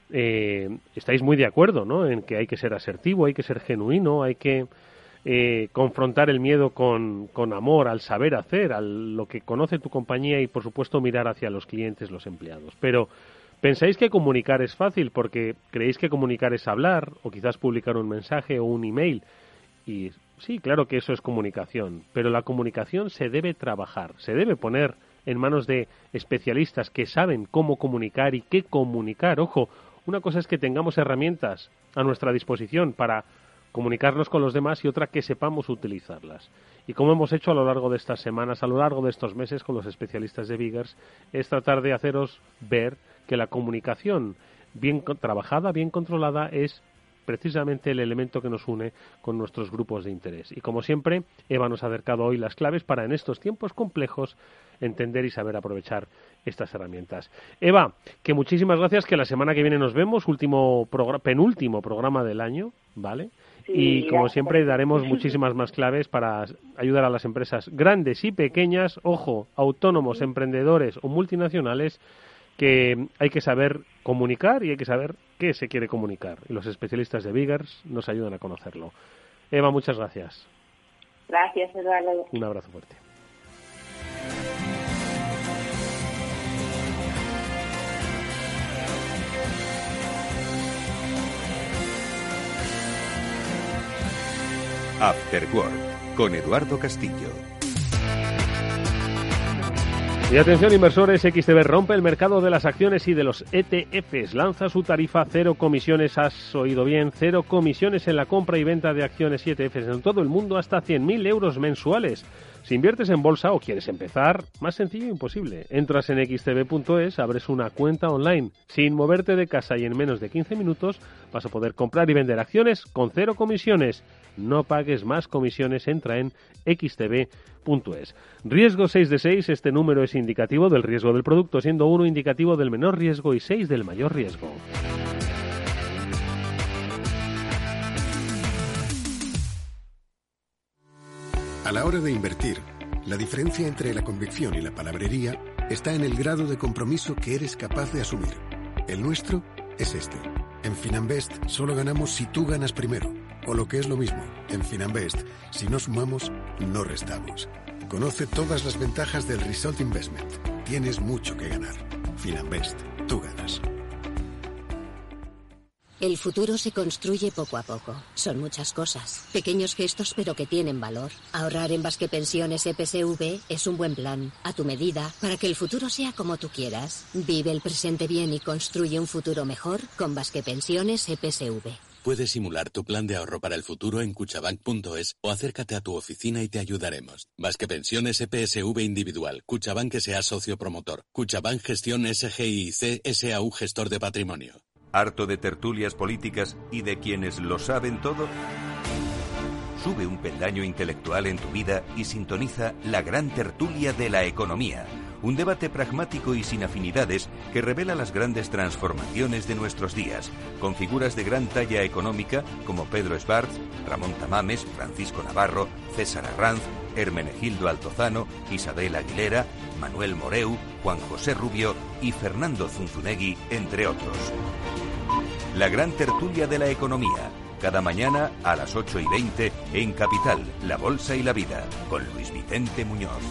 eh, estáis muy de acuerdo, ¿no? En que hay que ser asertivo, hay que ser genuino, hay que eh, confrontar el miedo con, con amor, al saber hacer, a lo que conoce tu compañía y, por supuesto, mirar hacia los clientes, los empleados. Pero ¿pensáis que comunicar es fácil porque creéis que comunicar es hablar o quizás publicar un mensaje o un email? Y sí, claro que eso es comunicación, pero la comunicación se debe trabajar, se debe poner en manos de especialistas que saben cómo comunicar y qué comunicar. Ojo, una cosa es que tengamos herramientas a nuestra disposición para comunicarnos con los demás y otra que sepamos utilizarlas. Y como hemos hecho a lo largo de estas semanas, a lo largo de estos meses con los especialistas de Biggers, es tratar de haceros ver que la comunicación bien trabajada, bien controlada, es precisamente el elemento que nos une con nuestros grupos de interés. Y como siempre, Eva nos ha acercado hoy las claves para en estos tiempos complejos entender y saber aprovechar estas herramientas. Eva, que muchísimas gracias, que la semana que viene nos vemos, último progr- penúltimo programa del año, ¿vale? Sí, y como siempre daremos muchísimas más claves para ayudar a las empresas grandes y pequeñas, ojo, autónomos, emprendedores o multinacionales, que hay que saber comunicar y hay que saber qué se quiere comunicar. Y los especialistas de Biggers nos ayudan a conocerlo. Eva, muchas gracias. Gracias, Eduardo. Un abrazo fuerte. After Work, con Eduardo Castillo. Y atención inversores, X T B rompe el mercado de las acciones y de los E T Fs. Lanza su tarifa cero comisiones, has oído bien, cero comisiones en la compra y venta de acciones y E T Fs en todo el mundo hasta cien mil euros mensuales. Si inviertes en bolsa o quieres empezar, más sencillo imposible. Entras en equis te be punto es, abres una cuenta online. Sin moverte de casa y en menos de quince minutos vas a poder comprar y vender acciones con cero comisiones. No pagues más comisiones, entra en equis te be punto es. Riesgo seis de seis, este número es indicativo del riesgo del producto, siendo uno indicativo del menor riesgo y seis del mayor riesgo. A la hora de invertir, la diferencia entre la convicción y la palabrería está en el grado de compromiso que eres capaz de asumir. El nuestro es este. En Finanbest solo ganamos si tú ganas primero. O lo que es lo mismo, en Finanbest, si no sumamos, no restamos. Conoce todas las ventajas del Result Investment. Tienes mucho que ganar. Finanbest, tú ganas. El futuro se construye poco a poco. Son muchas cosas. Pequeños gestos pero que tienen valor. Ahorrar en Basque Pensiones E P S V es un buen plan. A tu medida, para que el futuro sea como tú quieras. Vive el presente bien y construye un futuro mejor con Basque Pensiones E P S V. Puedes simular tu plan de ahorro para el futuro en cuchabank punto es o acércate a tu oficina y te ayudaremos. Basque Pensiones E P S V Individual. Cuchabank S A Socio Promotor. Cuchabank Gestión S G I C S A U Gestor de Patrimonio. ¿Harto de tertulias políticas y de quienes lo saben todo? Sube un peldaño intelectual en tu vida y sintoniza la gran tertulia de la economía. Un debate pragmático y sin afinidades que revela las grandes transformaciones de nuestros días, con figuras de gran talla económica como Pedro Esbarz, Ramón Tamames, Francisco Navarro, César Arranz, Hermenegildo Altozano, Isabel Aguilera, Manuel Moreu, Juan José Rubio y Fernando Zunzunegui, entre otros. La gran tertulia de la economía, cada mañana a las ocho y veinte en Capital, La Bolsa y la Vida, con Luis Vicente Muñoz.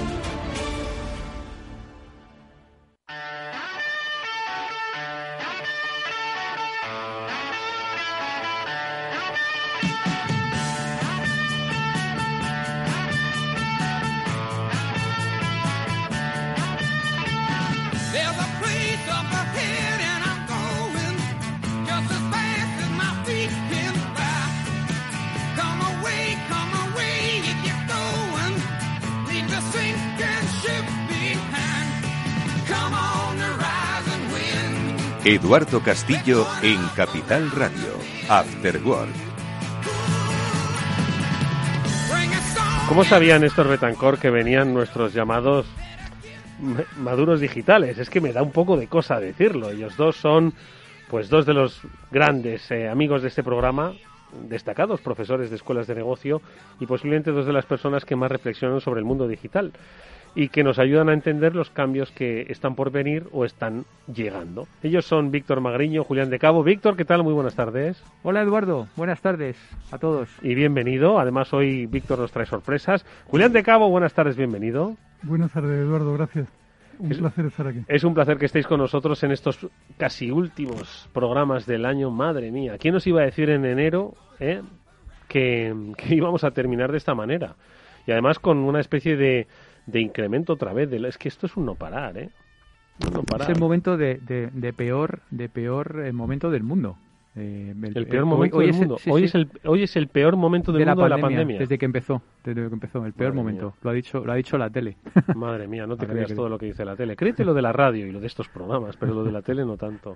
Eduardo Castillo en Capital Radio, After Work. ¿Cómo sabían estos Betancourt que venían nuestros llamados maduros digitales? Es que me da un poco de cosa decirlo. Ellos dos son, pues, dos de los grandes eh, amigos de este programa, destacados profesores de escuelas de negocio y posiblemente dos de las personas que más reflexionan sobre el mundo digital y que nos ayudan a entender los cambios que están por venir o están llegando. Ellos son Víctor Magriño, Julián de Cabo. Víctor, ¿qué tal? Muy buenas tardes. Hola, Eduardo. Buenas tardes a todos. Y bienvenido. Además, hoy Víctor nos trae sorpresas. Julián de Cabo, buenas tardes, bienvenido. Buenas tardes, Eduardo. Gracias. Un es, placer estar aquí. Es un placer que estéis con nosotros en estos casi últimos programas del año. Madre mía, ¿quién nos iba a decir en enero eh, que, que íbamos a terminar de esta manera? Y además con una especie de de incremento otra vez. De la, es que esto es un no parar, ¿eh? Un no parar. Es el momento de, de, de peor de peor eh, momento del mundo. Eh, el, el peor el, momento hoy, del hoy mundo. Es, sí, hoy, sí. Es el, hoy es el peor momento del de mundo la pandemia, de la pandemia. Desde que empezó. Desde que empezó. El peor Madre momento. Mía. Lo ha dicho lo ha dicho la tele. Madre mía, no te creas todo lo que dice la tele. Créete lo de la radio y lo de estos programas, pero lo de la tele no tanto.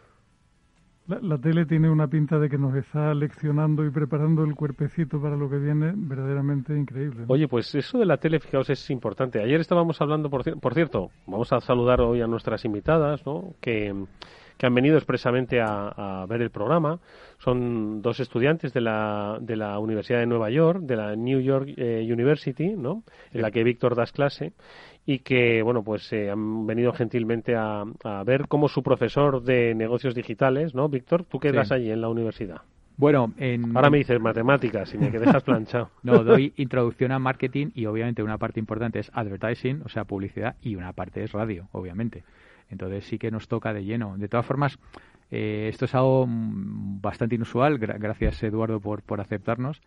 La, la tele tiene una pinta de que nos está leccionando y preparando el cuerpecito para lo que viene verdaderamente increíble, ¿no? Oye, pues eso de la tele, fijaos, es importante. Ayer estábamos hablando, por, por cierto, vamos a saludar hoy a nuestras invitadas, ¿no? Que, que han venido expresamente a, a ver el programa. Son dos estudiantes de la, de la Universidad de Nueva York, de la New York eh, University, ¿no? En la que Víctor das clase. Y que, bueno, pues eh, han venido gentilmente a, a ver cómo su profesor de negocios digitales, ¿no, Víctor? ¿Tú qué das sí. allí en la universidad? Bueno, en... Ahora me dices matemáticas y me dejas planchado. No, doy introducción a marketing y obviamente una parte importante es advertising, o sea, publicidad, y una parte es radio, obviamente. Entonces sí que nos toca de lleno. De todas formas, eh, esto es algo bastante inusual, gra- gracias Eduardo por, por aceptarnos.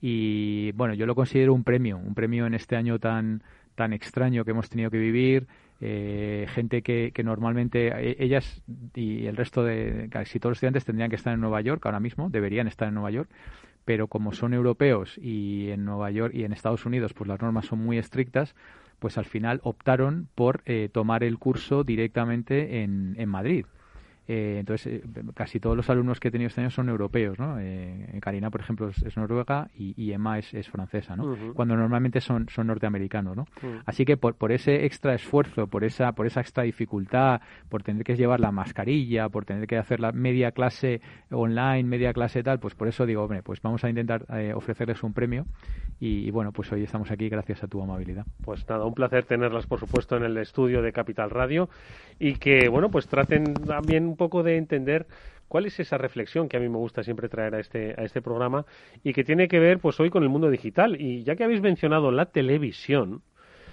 Y bueno, yo lo considero un premio, un premio en este año tan... tan extraño que hemos tenido que vivir, eh, gente que, que normalmente ellas y el resto de casi todos los estudiantes tendrían que estar en Nueva York ahora mismo, deberían estar en Nueva York, pero como son europeos y en Nueva York y en Estados Unidos pues las normas son muy estrictas, pues al final optaron por eh, tomar el curso directamente en, en Madrid. Eh, entonces, eh, casi todos los alumnos que he tenido este año son europeos, ¿no? Eh, Karina, por ejemplo, es, es noruega y, y Emma es, es francesa, ¿no? Uh-huh. Cuando normalmente son, son norteamericanos, ¿no? Uh-huh. Así que por, por ese extra esfuerzo, por esa, por esa extra dificultad, por tener que llevar la mascarilla, por tener que hacer la media clase online, media clase tal, pues por eso digo, hombre, pues vamos a intentar eh, ofrecerles un premio y, y bueno, pues hoy estamos aquí gracias a tu amabilidad. Pues nada, un placer tenerlas, por supuesto, en el estudio de Capital Radio y que, bueno, pues traten también un poco de entender cuál es esa reflexión que a mí me gusta siempre traer a este a este programa y que tiene que ver pues hoy con el mundo digital. Y ya que habéis mencionado la televisión,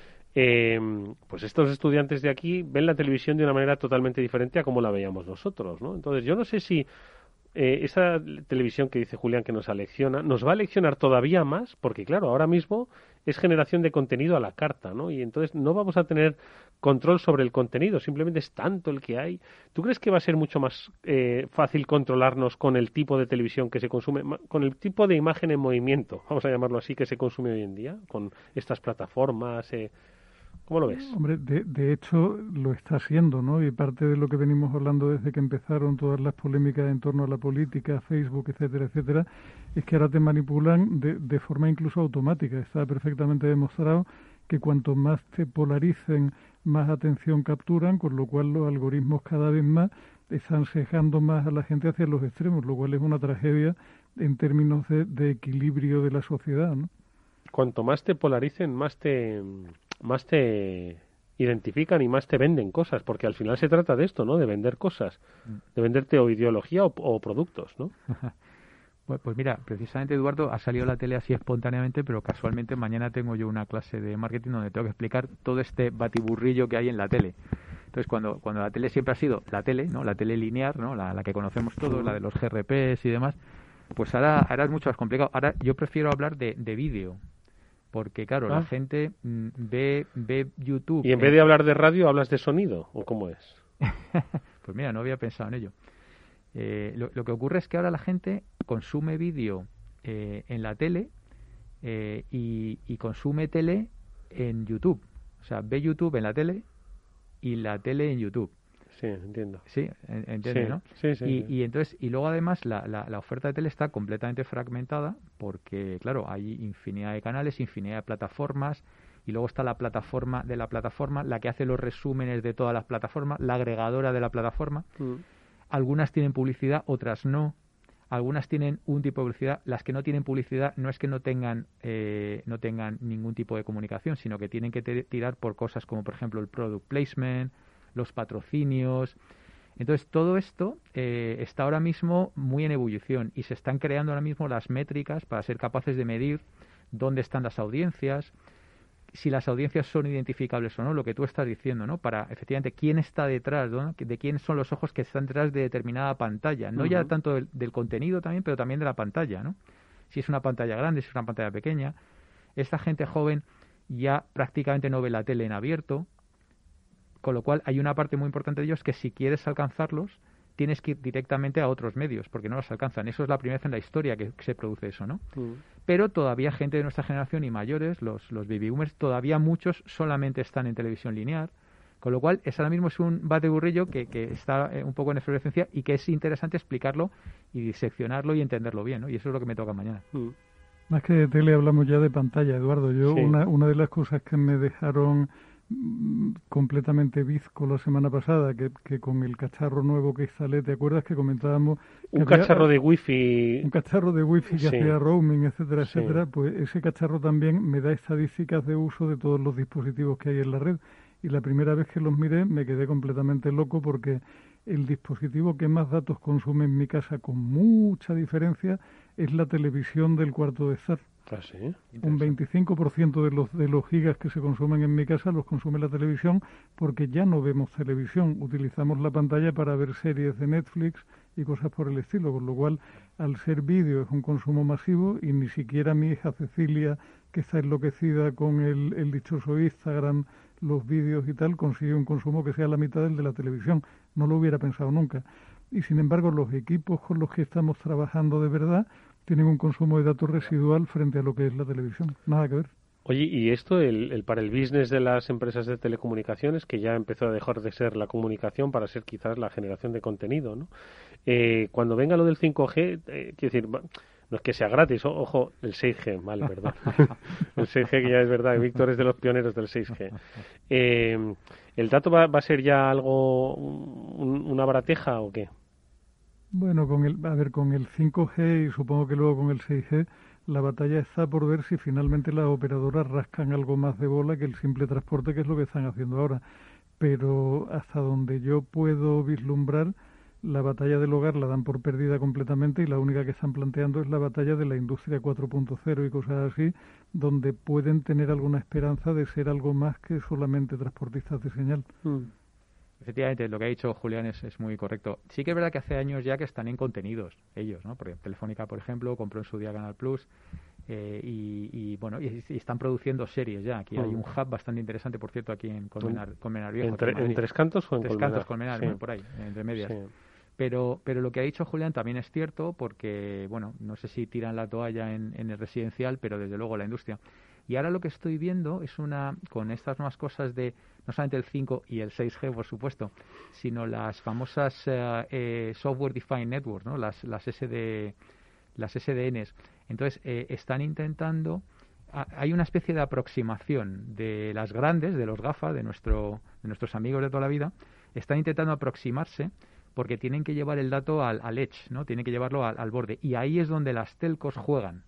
eh, pues estos estudiantes de aquí ven la televisión de una manera totalmente diferente a como la veíamos nosotros, ¿no? Entonces yo no sé si eh, esa televisión que dice Julián que nos alecciona, nos va a aleccionar todavía más, porque claro, ahora mismo es generación de contenido a la carta, ¿no? Y entonces no vamos a tener control sobre el contenido, simplemente es tanto el que hay. ¿Tú crees que va a ser mucho más eh, fácil controlarnos con el tipo de televisión que se consume, con el tipo de imagen en movimiento, vamos a llamarlo así, que se consume hoy en día, con estas plataformas? Eh... ¿Cómo lo ves? Hombre, de, de hecho lo está haciendo, ¿no? Y parte de lo que venimos hablando desde que empezaron todas las polémicas en torno a la política, Facebook, etcétera, etcétera, es que ahora te manipulan de, de forma incluso automática. Está perfectamente demostrado que cuanto más te polaricen, más atención capturan, con lo cual los algoritmos cada vez más están sesgando más a la gente hacia los extremos, lo cual es una tragedia en términos de, de equilibrio de la sociedad, ¿no? Cuanto más te polaricen, más te más te identifican y más te venden cosas, porque al final se trata de esto, ¿no? De vender cosas, de venderte o ideología o, o productos, ¿no? Pues, pues mira, precisamente, Eduardo, ha salido la tele así espontáneamente, pero casualmente mañana tengo yo una clase de marketing donde tengo que explicar todo este batiburrillo que hay en la tele. Entonces, cuando cuando la tele siempre ha sido la tele, ¿no? La tele lineal, ¿no? La, la que conocemos todos, la de los G R Ps y demás, pues ahora, ahora es mucho más complicado. Ahora yo prefiero hablar de, de vídeo. Porque, claro, ah. la gente mm, ve ve YouTube... ¿Y en vez de hablar de radio, hablas de sonido? ¿O cómo es? Pues mira, no había pensado en ello. Eh, lo, lo que ocurre es que ahora la gente consume vídeo eh, en la tele eh, y, y consume tele en YouTube. O sea, ve YouTube en la tele y la tele en YouTube. Sí, entiendo. Sí, entiende, sí, ¿no? Sí, sí, y, sí. y entonces y luego además la, la, la oferta de tele está completamente fragmentada porque, claro, hay infinidad de canales, infinidad de plataformas y luego está la plataforma de la plataforma, la que hace los resúmenes de todas las plataformas, la agregadora de la plataforma. Mm. Algunas tienen publicidad, otras no. Algunas tienen un tipo de publicidad. Las que no tienen publicidad no es que no tengan eh, no tengan ningún tipo de comunicación, sino que tienen que te- tirar por cosas como, por ejemplo, el product placement, los patrocinios. Entonces, todo esto eh, está ahora mismo muy en ebullición y se están creando ahora mismo las métricas para ser capaces de medir dónde están las audiencias, si las audiencias son identificables o no, lo que tú estás diciendo, ¿no? Para, efectivamente, quién está detrás, ¿no? De quién son los ojos que están detrás de determinada pantalla. No uh-huh. ya tanto del, del contenido también, pero también de la pantalla, ¿no? Si es una pantalla grande, si es una pantalla pequeña. Esta gente joven ya prácticamente no ve la tele en abierto, con lo cual hay una parte muy importante de ellos que si quieres alcanzarlos tienes que ir directamente a otros medios porque no los alcanzan. Eso es la primera vez en la historia que se produce eso, ¿no? Mm. Pero todavía gente de nuestra generación y mayores, los, los baby boomers, todavía muchos solamente están en televisión lineal, con lo cual es ahora mismo es un batiburrillo que, que está un poco en efervescencia y que es interesante explicarlo y diseccionarlo y entenderlo bien, ¿no? Y eso es lo que me toca mañana. Mm. Más que de tele hablamos ya de pantalla, Eduardo. Yo sí. una, una de las cosas que me dejaron completamente bizco la semana pasada, que, que con el cacharro nuevo que instalé, ¿te acuerdas que comentábamos? Un que cacharro había, de wifi. Un cacharro de wifi que sí. hacía roaming, etcétera, sí. etcétera. Pues ese cacharro también me da estadísticas de uso de todos los dispositivos que hay en la red. Y la primera vez que los miré me quedé completamente loco porque el dispositivo que más datos consume en mi casa con mucha diferencia es la televisión del cuarto de estar. ¿Ah, sí? Un veinticinco por ciento de los de los gigas que se consumen en mi casa los consume la televisión porque ya no vemos televisión, utilizamos la pantalla para ver series de Netflix y cosas por el estilo, con lo cual al ser vídeo es un consumo masivo y ni siquiera mi hija Cecilia, que está enloquecida con el, el dichoso Instagram, los vídeos y tal, consigue un consumo que sea la mitad del de la televisión. No lo hubiera pensado nunca. Y sin embargo los equipos con los que estamos trabajando de verdad tienen un consumo de datos residual frente a lo que es la televisión. Nada que ver. Oye, y esto el, el para el business de las empresas de telecomunicaciones, que ya empezó a dejar de ser la comunicación para ser quizás la generación de contenido, ¿no? Eh, cuando venga lo del cinco G, eh, quiero decir, no es que sea gratis, o, ojo, el seis G, vale, perdón. El seis G que ya es verdad, Víctor es de los pioneros del seis G. Eh, ¿El dato va, va a ser ya algo, un, una barateja o qué? Bueno, con el, a ver, con el cinco G y supongo que luego con el seis G, la batalla está por ver si finalmente las operadoras rascan algo más de bola que el simple transporte, que es lo que están haciendo ahora. Pero hasta donde yo puedo vislumbrar, la batalla del hogar la dan por perdida completamente y la única que están planteando es la batalla de la industria cuatro punto cero y cosas así, donde pueden tener alguna esperanza de ser algo más que solamente transportistas de señal. Mm. Efectivamente, lo que ha dicho Julián es, es muy correcto. Sí que es verdad que hace años ya que están en contenidos ellos, ¿no? Porque Telefónica, por ejemplo, compró en su día Canal Plus eh, y, y, bueno, y, y están produciendo series ya. Aquí mm. hay un hub bastante interesante, por cierto, aquí en Colmenar, Colmenar Viejo. ¿En, tre, ¿En Tres Cantos o en Tres Colmenar? Cantos, Colmenar, sí. bueno, por ahí, entre medias. Sí. Pero, pero lo que ha dicho Julián también es cierto porque, bueno, no sé si tiran la toalla en, en el residencial, pero desde luego la industria. Y ahora lo que estoy viendo es una, con estas nuevas cosas de, no solamente el cinco y el seis G, por supuesto, sino las famosas eh, eh, Software Defined Networks, ¿no? Las, las, S D, las S D Ns. Entonces, eh, están intentando, a, hay una especie de aproximación de las grandes, de los GAFA, de, nuestro, de nuestros amigos de toda la vida, están intentando aproximarse porque tienen que llevar el dato al, al edge, ¿no? Tienen que llevarlo al, al borde. Y ahí es donde las telcos juegan.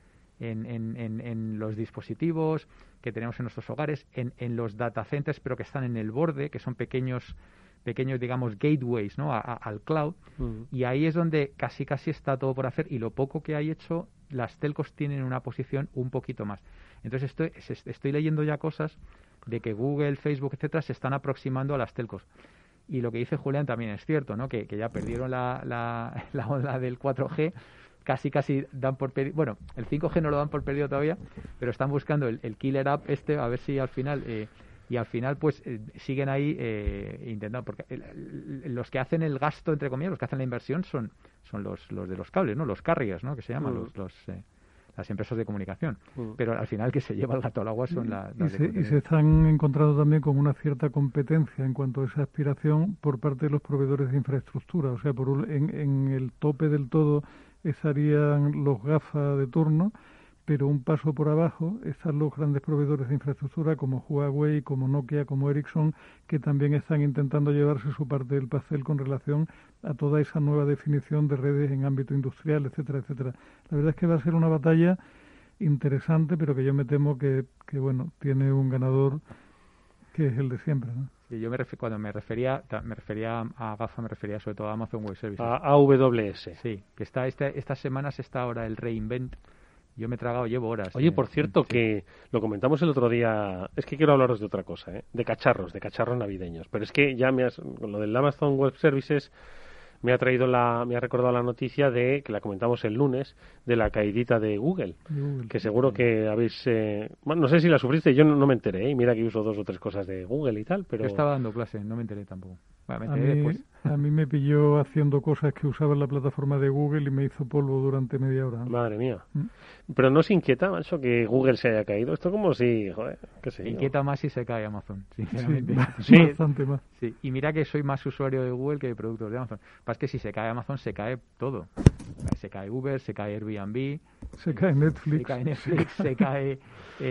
En, en, en, en los dispositivos que tenemos en nuestros hogares, en, en los data centers, pero que están en el borde, que son pequeños, pequeños digamos, gateways, ¿no? a, a, al cloud. Uh-huh. Y ahí es donde casi casi está todo por hacer, y lo poco que hay hecho, las telcos tienen una posición un poquito más. Entonces estoy, estoy leyendo ya cosas de que Google, Facebook, etcétera, se están aproximando a las telcos. Y lo que dice Julián también es cierto, ¿no? Que, que ya perdieron la, la, la onda del cuatro G, casi casi dan por perdido, bueno, el cinco G no lo dan por perdido todavía, pero están buscando el, el killer app este, a ver si al final, eh, y al final pues eh, siguen ahí eh, intentando, porque el, el, los que hacen el gasto, entre comillas, los que hacen la inversión son son los los de los cables, ¿no? Los carriers, ¿no? Que se llaman, mm. los, los eh, las empresas de comunicación, mm. pero al final que se lleva el gato al agua son la, las y, se, y se están encontrando también con una cierta competencia en cuanto a esa aspiración por parte de los proveedores de infraestructura, o sea, por un, en, en el tope del todo estarían los GAFA de turno, pero un paso por abajo están los grandes proveedores de infraestructura como Huawei, como Nokia, como Ericsson, que también están intentando llevarse su parte del pastel con relación a toda esa nueva definición de redes en ámbito industrial, etcétera, etcétera. La verdad es que va a ser una batalla interesante, pero que yo me temo que, que bueno, tiene un ganador que es el de siempre, ¿no? Sí, yo me refer, cuando me refería me refería a GAFA, me refería sobre todo a Amazon Web Services. A A W S. Sí, que está este, estas semanas está ahora el reinvent. Yo me he tragado, llevo horas. Oye, eh, por cierto, sí. que lo comentamos el otro día, es que quiero hablaros de otra cosa, ¿eh? De cacharros, de cacharros navideños. Pero es que ya me has, con lo del Amazon Web Services, me ha traído la, me ha recordado la noticia de, que la comentamos el lunes, de la caidita de Google, Google. Que seguro que habéis, eh, bueno, no sé si la sufriste, yo no, no me enteré, ¿eh? Mira que uso dos o tres cosas de Google y tal, pero... Yo estaba dando clase, no me enteré tampoco. Bueno, me a, enteré mí, después. a mí me pilló haciendo cosas que usaba en la plataforma de Google y me hizo polvo durante media hora. Madre mía. ¿Mm? Pero no se inquieta, macho, que Google se haya caído. Esto como si, joder, qué sé yo. Inquieta más si se cae Amazon, sinceramente. Sí, sí, bastante más. Sí, y mira que soy más usuario de Google que de productos de Amazon. Pasa que si se cae Amazon, se cae todo. Se cae Uber, se cae Airbnb, se cae Netflix, se cae Netflix, se cae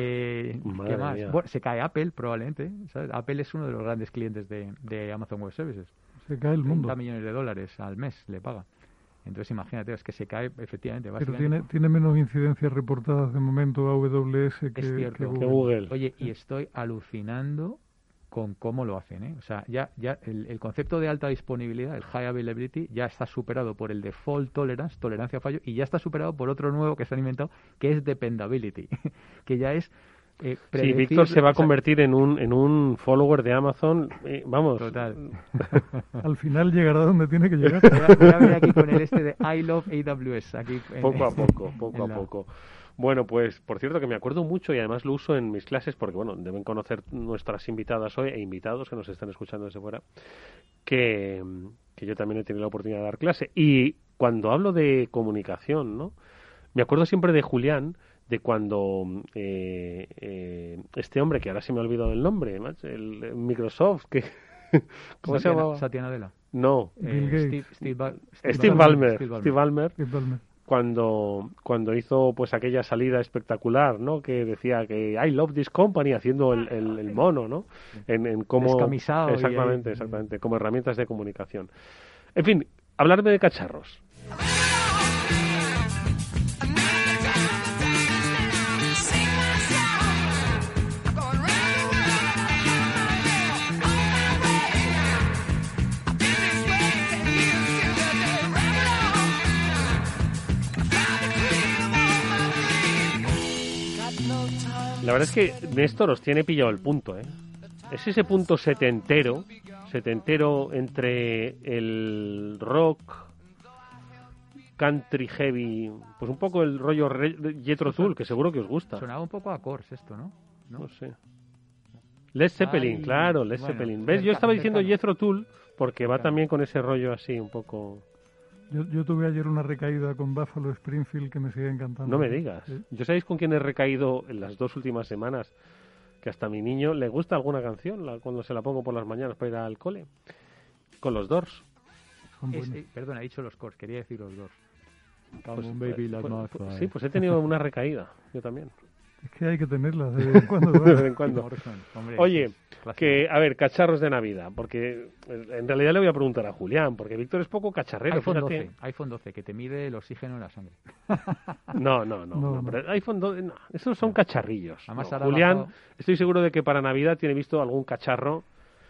eh, ¿qué más? Bueno, se cae Apple probablemente, ¿sabes? Apple es uno de los grandes clientes de, de Amazon Web Services. Se cae el mundo. treinta millones de dólares al mes le paga. Entonces imagínate, es que se cae efectivamente. Pero tiene, tiene menos incidencias reportadas de momento a A W S que, es cierto, que Google. que Google. Oye, y estoy alucinando con cómo lo hacen, ¿eh? O sea, ya, ya el, el concepto de alta disponibilidad, el high availability, ya está superado por el default tolerance, tolerancia a fallo, y ya está superado por otro nuevo que se han inventado, que es dependability, que ya es eh, sí, Víctor se va a convertir en un en un follower de Amazon, eh, vamos. Total. Al final llegará donde tiene que llegar. Voy a, voy a ver aquí con el este de I love A W S. Aquí en, poco a poco, poco a la... poco. Bueno, pues por cierto que me acuerdo mucho y además lo uso en mis clases porque, bueno, deben conocer nuestras invitadas hoy e invitados que nos están escuchando desde fuera, que, que yo también he tenido la oportunidad de dar clase. Y cuando hablo de comunicación, ¿no? Me acuerdo siempre de Julián, de cuando eh, eh, este hombre, que ahora se me ha olvidado el nombre, macho, el, el Microsoft, que ¿cómo Satya, se llamaba? Satya Nadella. No. Eh, Steve, Steve, Ba- Steve, Steve Ballmer. Steve Ballmer. Steve Ballmer. Steve Ballmer. Cuando, cuando hizo pues aquella salida espectacular, ¿no? Que decía que I love this company, haciendo el, el, el mono, ¿no? En, en cómo... Descamisado. Exactamente, ahí... exactamente, como herramientas de comunicación. En fin, hablarme de cacharros. La verdad es que Néstor os tiene pillado el punto, ¿eh? Es ese punto setentero, setentero entre el rock, country heavy, pues un poco el rollo Jethro Tull, que seguro que os gusta. Sonaba un poco a Corrs esto, ¿no? No, no sé. Led Zeppelin, Ay, claro, Led bueno, Zeppelin. ¿Ves? Yo estaba diciendo Jethro Tull porque va también con ese rollo así un poco... Yo, yo tuve ayer una recaída con Buffalo Springfield que me sigue encantando. No me digas. ¿Sí? ¿Yo sabéis con quién he recaído en las dos últimas semanas? Que hasta a mi niño le gusta alguna canción la, cuando se la pongo por las mañanas para ir al cole. Con los Doors. Es, eh, perdón, he dicho los Cors, quería decir los Doors. Pues, Come on, baby, pues, like pues, my pues, fire. sí, pues he tenido una recaída. Yo también. Es que hay que tenerlas de vez en cuando. De vez en cuando. Morrison, hombre, Oye, es clásico. que, a ver, cacharros de Navidad, porque en realidad le voy a preguntar a Julián, porque Víctor es poco cacharrero, iPhone fíjate. doce, iPhone doce, que te mide el oxígeno en la sangre. No, no, no, No, no, no. pero iPhone doce, no, esos son cacharrillos. Además, No, ahora Julián, bajado- estoy seguro de que para Navidad tiene visto algún cacharro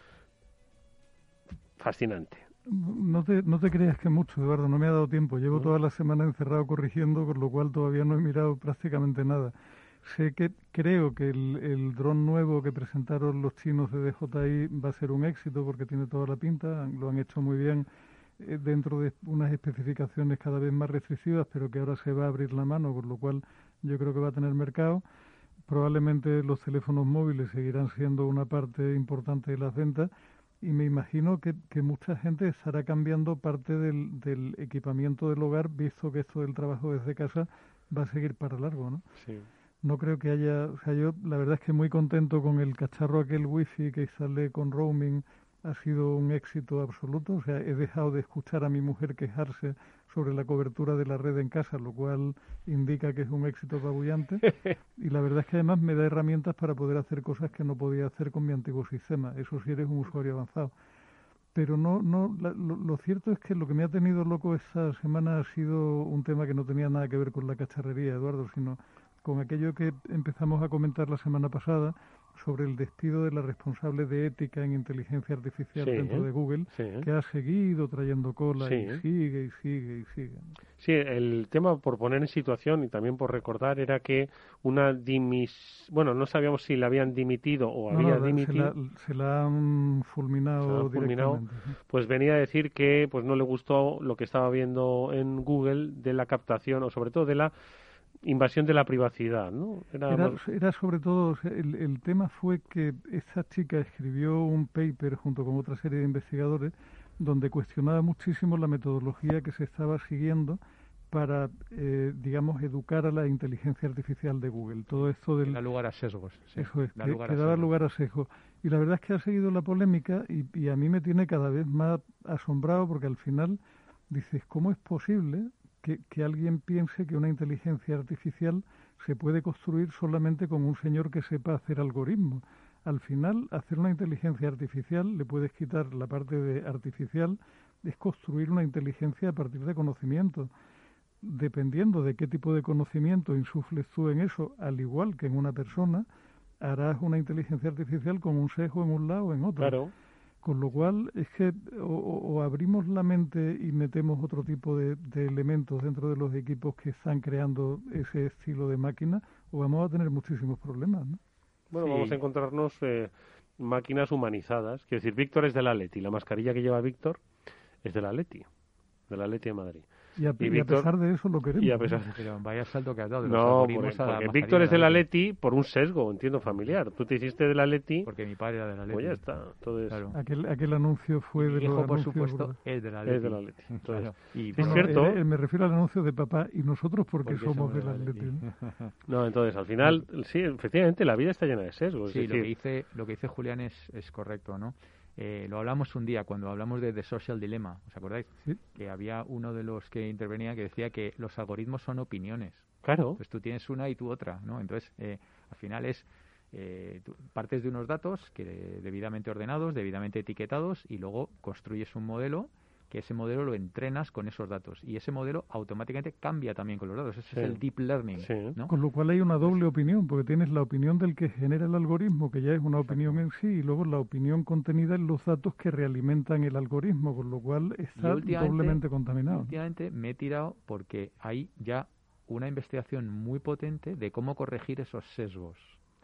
fascinante. No te, no te creas que mucho, Eduardo, no me ha dado tiempo. Llevo toda la semana encerrado corrigiendo, con lo cual todavía no he mirado prácticamente nada. Sé que creo que el, el dron nuevo que presentaron los chinos de D J I va a ser un éxito porque tiene toda la pinta, lo han hecho muy bien eh, dentro de unas especificaciones cada vez más restrictivas, pero que ahora se va a abrir la mano, con lo cual yo creo que va a tener mercado. Probablemente los teléfonos móviles seguirán siendo una parte importante de las ventas y me imagino que, que mucha gente estará cambiando parte del, del equipamiento del hogar, visto que esto del trabajo desde casa va a seguir para largo, ¿no? Sí. No creo que haya, o sea, yo la verdad es que muy contento con el cacharro aquel wifi que instalé con roaming, ha sido un éxito absoluto, o sea, he dejado de escuchar a mi mujer quejarse sobre la cobertura de la red en casa, lo cual indica que es un éxito apabullante, y la verdad es que además me da herramientas para poder hacer cosas que no podía hacer con mi antiguo sistema, eso sí eres un usuario avanzado. Pero no, no, la- lo, lo cierto es que lo que me ha tenido loco esta semana ha sido un tema que no tenía nada que ver con la cacharrería, Eduardo, sino con aquello que empezamos a comentar la semana pasada sobre el despido de la responsable de ética en inteligencia artificial Sí, dentro de Google, sí. que ha seguido trayendo cola Sí. y sigue y sigue y sigue. Sí, el tema, por poner en situación y también por recordar, era que una dimis... Bueno, no sabíamos si la habían dimitido o No, había no, la- se, dimitido. la, se la han fulminado, Se la han fulminado, directamente. ¿sí? pues venía a decir que pues no le gustó lo que estaba viendo en Google de la captación o sobre todo de la invasión de la privacidad, ¿no? Era Era, más- era sobre todo, o sea, el, el tema fue que esta chica escribió un paper junto con otra serie de investigadores donde cuestionaba muchísimo la metodología que se estaba siguiendo para, eh, digamos, educar a la inteligencia artificial de Google. Todo esto del... Da lugar a sesgos. Sí, Eso es, da que, lugar que a daba sesgos. lugar a sesgo. Y la verdad es que ha seguido la polémica y, y a mí me tiene cada vez más asombrado porque al final dices, ¿cómo es posible que, que alguien piense que una inteligencia artificial se puede construir solamente con un señor que sepa hacer algoritmos? Al final, hacer una inteligencia artificial, le puedes quitar la parte de artificial, es construir una inteligencia a partir de conocimiento. Dependiendo de qué tipo de conocimiento insufles tú en eso, al igual que en una persona, harás una inteligencia artificial con un sesgo en un lado o en otro. Claro. Con lo cual es que o, o- o abrimos la mente y metemos otro tipo de, de elementos dentro de los equipos que están creando ese estilo de máquina, o vamos a tener muchísimos problemas, ¿no? Bueno, Sí. vamos a encontrarnos eh, máquinas humanizadas. Quiero decir, Víctor es de la Atleti. La mascarilla que lleva Víctor es de la Atleti. De la Atleti de Madrid. Y a, Y y a Víctor- pesar de eso lo queremos. y a pesar ¿no? de- Pero vaya salto que has dado de los No, algoritmos porque, a la porque mascarilla Víctor es del de la Atleti por un sesgo, entiendo, familiar. Tú te hiciste del Atleti, Porque mi padre era de la pues ya está. Entonces, Claro. Aquel, aquel anuncio fue Y mi de los hijo, por anuncios supuesto, gordos. es de la es del Atleti. Entonces, Claro. Y sí, es No, cierto. eh, eh, me refiero al anuncio de papá y nosotros porque, porque somos del del Atleti. Atleti. ¿no? No, entonces, al final, sí, efectivamente, la vida está llena de sesgos. Sí, es lo que decir, dice, lo que dice Julián es, es correcto, ¿no? Eh, lo hablamos un día cuando hablamos de The Social Dilemma, ¿os acordáis? Sí. Que había uno de los que intervenía que decía que los algoritmos son opiniones. claro. Pues tú tienes una y tú otra, ¿no? Entonces, eh, al final es eh, tú partes de unos datos que debidamente ordenados, debidamente etiquetados y luego construyes un modelo que ese modelo lo entrenas con esos datos y ese modelo automáticamente cambia también con los datos. Ese Sí. es el deep learning, Sí. ¿no? Con lo cual hay una doble opinión, porque tienes la opinión del que genera el algoritmo, que ya es una opinión en sí, y luego la opinión contenida en los datos que realimentan el algoritmo, con lo cual Y está últimamente- doblemente contaminado. Últimamente me he tirado porque hay ya una investigación muy potente de cómo corregir esos sesgos.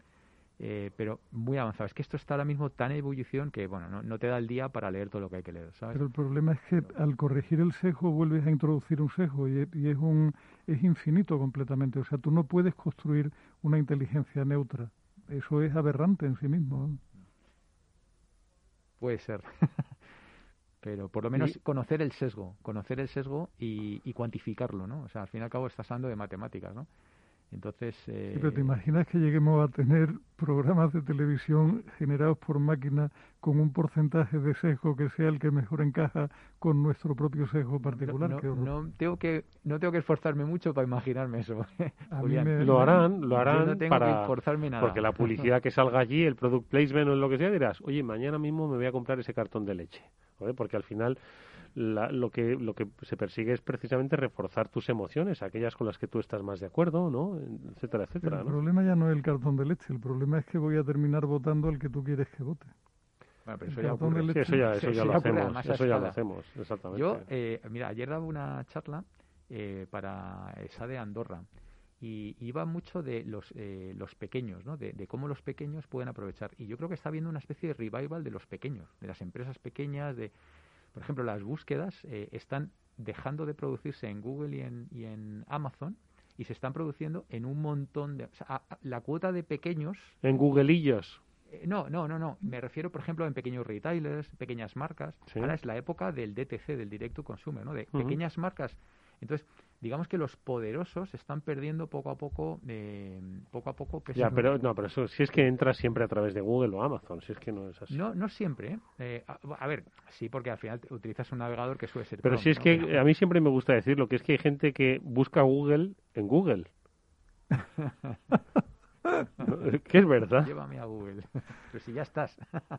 Eh, pero muy avanzado. Es que esto está ahora mismo tan en ebullición que, bueno, no, no te da el día para leer todo lo que hay que leer, ¿sabes? Pero el problema es que al corregir el sesgo vuelves a introducir un sesgo y, y es un es infinito completamente. O sea, tú no puedes construir una inteligencia neutra. Eso es aberrante en sí mismo. ¿no? Puede ser. pero por lo menos Y- conocer el sesgo, conocer el sesgo y, y cuantificarlo, ¿no? O sea, al fin y al cabo estás hablando de matemáticas, ¿no? Entonces... Eh, Sí, pero ¿te imaginas que lleguemos a tener programas de televisión generados por máquina con un porcentaje de sesgo que sea el que mejor encaja con nuestro propio sesgo particular? no, Qué horror. no tengo que no tengo que esforzarme mucho para imaginarme eso. A mí Julián. me- Lo harán, lo Yo harán no tengo para... que esforzarme nada. Porque la publicidad que salga allí, el product placement o lo que sea, dirás, oye, mañana mismo me voy a comprar ese cartón de leche. ¿Vale? Porque al final la- lo que lo que se persigue es precisamente reforzar tus emociones, aquellas con las que tú estás más de acuerdo, ¿no? Etcétera, etcétera, El ¿no? problema ya no es el cartón de leche, el problema es que voy a terminar votando al que tú quieres que vote. Bueno, pero El eso ya cartón de ocurre. leche- Sí, eso ya, eso Sí, ya sí, lo ya ocurre hacemos, además a eso ya lo escala. hacemos, exactamente. Yo, eh, mira, ayer daba una charla eh, para esa de Andorra y iba mucho de los eh, los pequeños, ¿no? De, de cómo los pequeños pueden aprovechar. Y yo creo que está habiendo una especie de revival de los pequeños, de las empresas pequeñas, de, por ejemplo, las búsquedas eh, están dejando de producirse en Google y en, y en Amazon y se están produciendo en un montón de... O sea, a- a- la cuota de pequeños... En Googleillos. Eh, No, no, no, no. Me refiero, por ejemplo, en pequeños retailers, pequeñas marcas. Sí. Ahora es la época del D T C, del Direct to Consumer, ¿no? De Ujú. pequeñas marcas. Entonces, digamos que los poderosos están perdiendo poco a poco, eh, poco a poco peso. Ya, pero no, pero eso si es que entras siempre a través de Google o Amazon, si es que no es así. No, no siempre. ¿eh? Eh, a, a ver, sí, porque al final te- utilizas un navegador que suele ser. Pero Chrome, si es ¿no? que Pero- a mí siempre me gusta decirlo, que es que hay gente que busca Google en Google. Que es verdad. Llévame a Google. Pero si ya estás.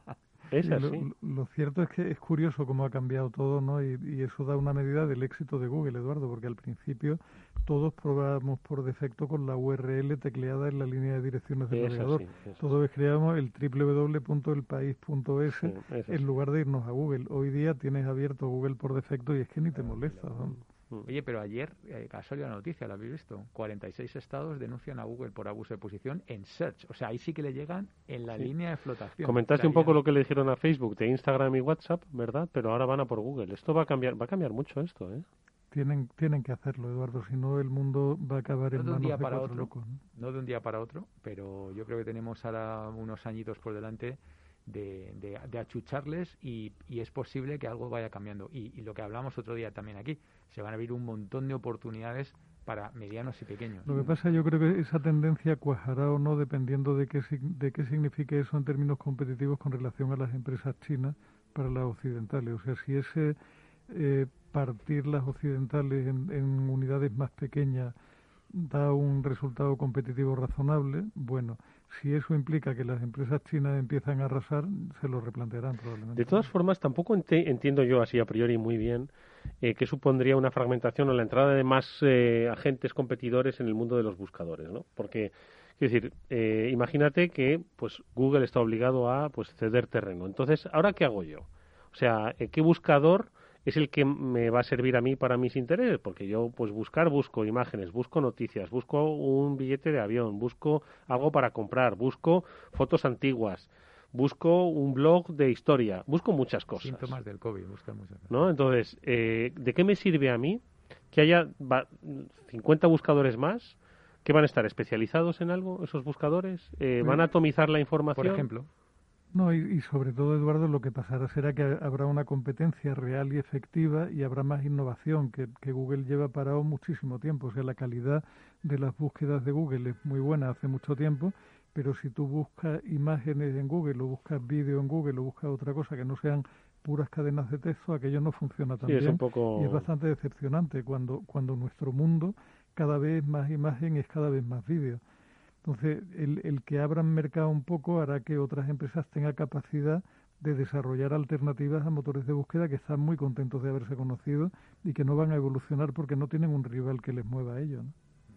Es Sí, lo, así. lo cierto es que es curioso cómo ha cambiado todo, ¿no? Y, y eso da una medida del éxito de Google, Eduardo, porque al principio todos probábamos por defecto con la U R L tecleada en la línea de direcciones del Es navegador. así, es así. Todos creábamos el doble u doble u doble u punto el país punto es Sí, es así. en lugar de irnos a Google. Hoy día tienes abierto Google por defecto y es que ni te molesta, ¿no? Oye, pero ayer eh, ha salido la noticia, ¿la habéis visto? cuarenta y seis estados denuncian a Google por abuso de posición en Search. O sea, ahí sí que le llegan en la Sí. línea de flotación. Comentaste O sea, un poco ya- lo que le dijeron a Facebook de Instagram y WhatsApp, ¿verdad? Pero ahora van a por Google. Esto va a cambiar, va a cambiar mucho esto, ¿eh? Tienen, tienen que hacerlo, Eduardo, si no el mundo va a acabar No en de un manos día de para cuatro otro, locos, ¿no? no de un día para otro, pero yo creo que tenemos ahora unos añitos por delante de, de, de achucharles y, y es posible que algo vaya cambiando. Y, y lo que hablamos otro día también aquí, se van a abrir un montón de oportunidades para medianos y pequeños. Lo que pasa, yo creo que esa tendencia cuajará o no dependiendo de qué, sig- de qué signifique eso en términos competitivos con relación a las empresas chinas para las occidentales. O sea, si ese eh, partir las occidentales en, en unidades más pequeñas da un resultado competitivo razonable, bueno, si eso implica que las empresas chinas empiezan a arrasar, se lo replantearán probablemente. De todas formas, tampoco ente- entiendo yo así a priori muy bien eh, qué supondría una fragmentación o la entrada de más eh, agentes competidores en el mundo de los buscadores, ¿no? Porque, quiero decir, eh, imagínate que pues Google está obligado a pues ceder terreno. Entonces, ¿ahora qué hago yo? O sea, eh, ¿qué buscador es el que me va a servir a mí para mis intereses? Porque yo, pues buscar, busco imágenes, busco noticias, busco un billete de avión, busco algo para comprar, busco fotos antiguas, busco un blog de historia, busco muchas cosas. Síntomas del COVID, buscan muchas cosas. ¿No? Entonces, eh, ¿de qué me sirve a mí que haya va- cincuenta buscadores más que van a estar especializados en algo, esos buscadores? Eh, ¿Van a atomizar la información? Por ejemplo. No, y, y sobre todo, Eduardo, lo que pasará será que habrá una competencia real y efectiva y habrá más innovación, que, que Google lleva parado muchísimo tiempo. O sea, la calidad de las búsquedas de Google es muy buena hace mucho tiempo, pero si tú buscas imágenes en Google o buscas vídeo en Google o buscas otra cosa que no sean puras cadenas de texto, aquello no funciona tan Sí, es bien un poco- y es bastante decepcionante cuando, cuando nuestro mundo cada vez más imagen es cada vez más vídeo. Entonces, el, el que abran mercado un poco hará que otras empresas tengan capacidad de desarrollar alternativas a motores de búsqueda que están muy contentos de haberse conocido y que no van a evolucionar porque no tienen un rival que les mueva a ello, ¿no?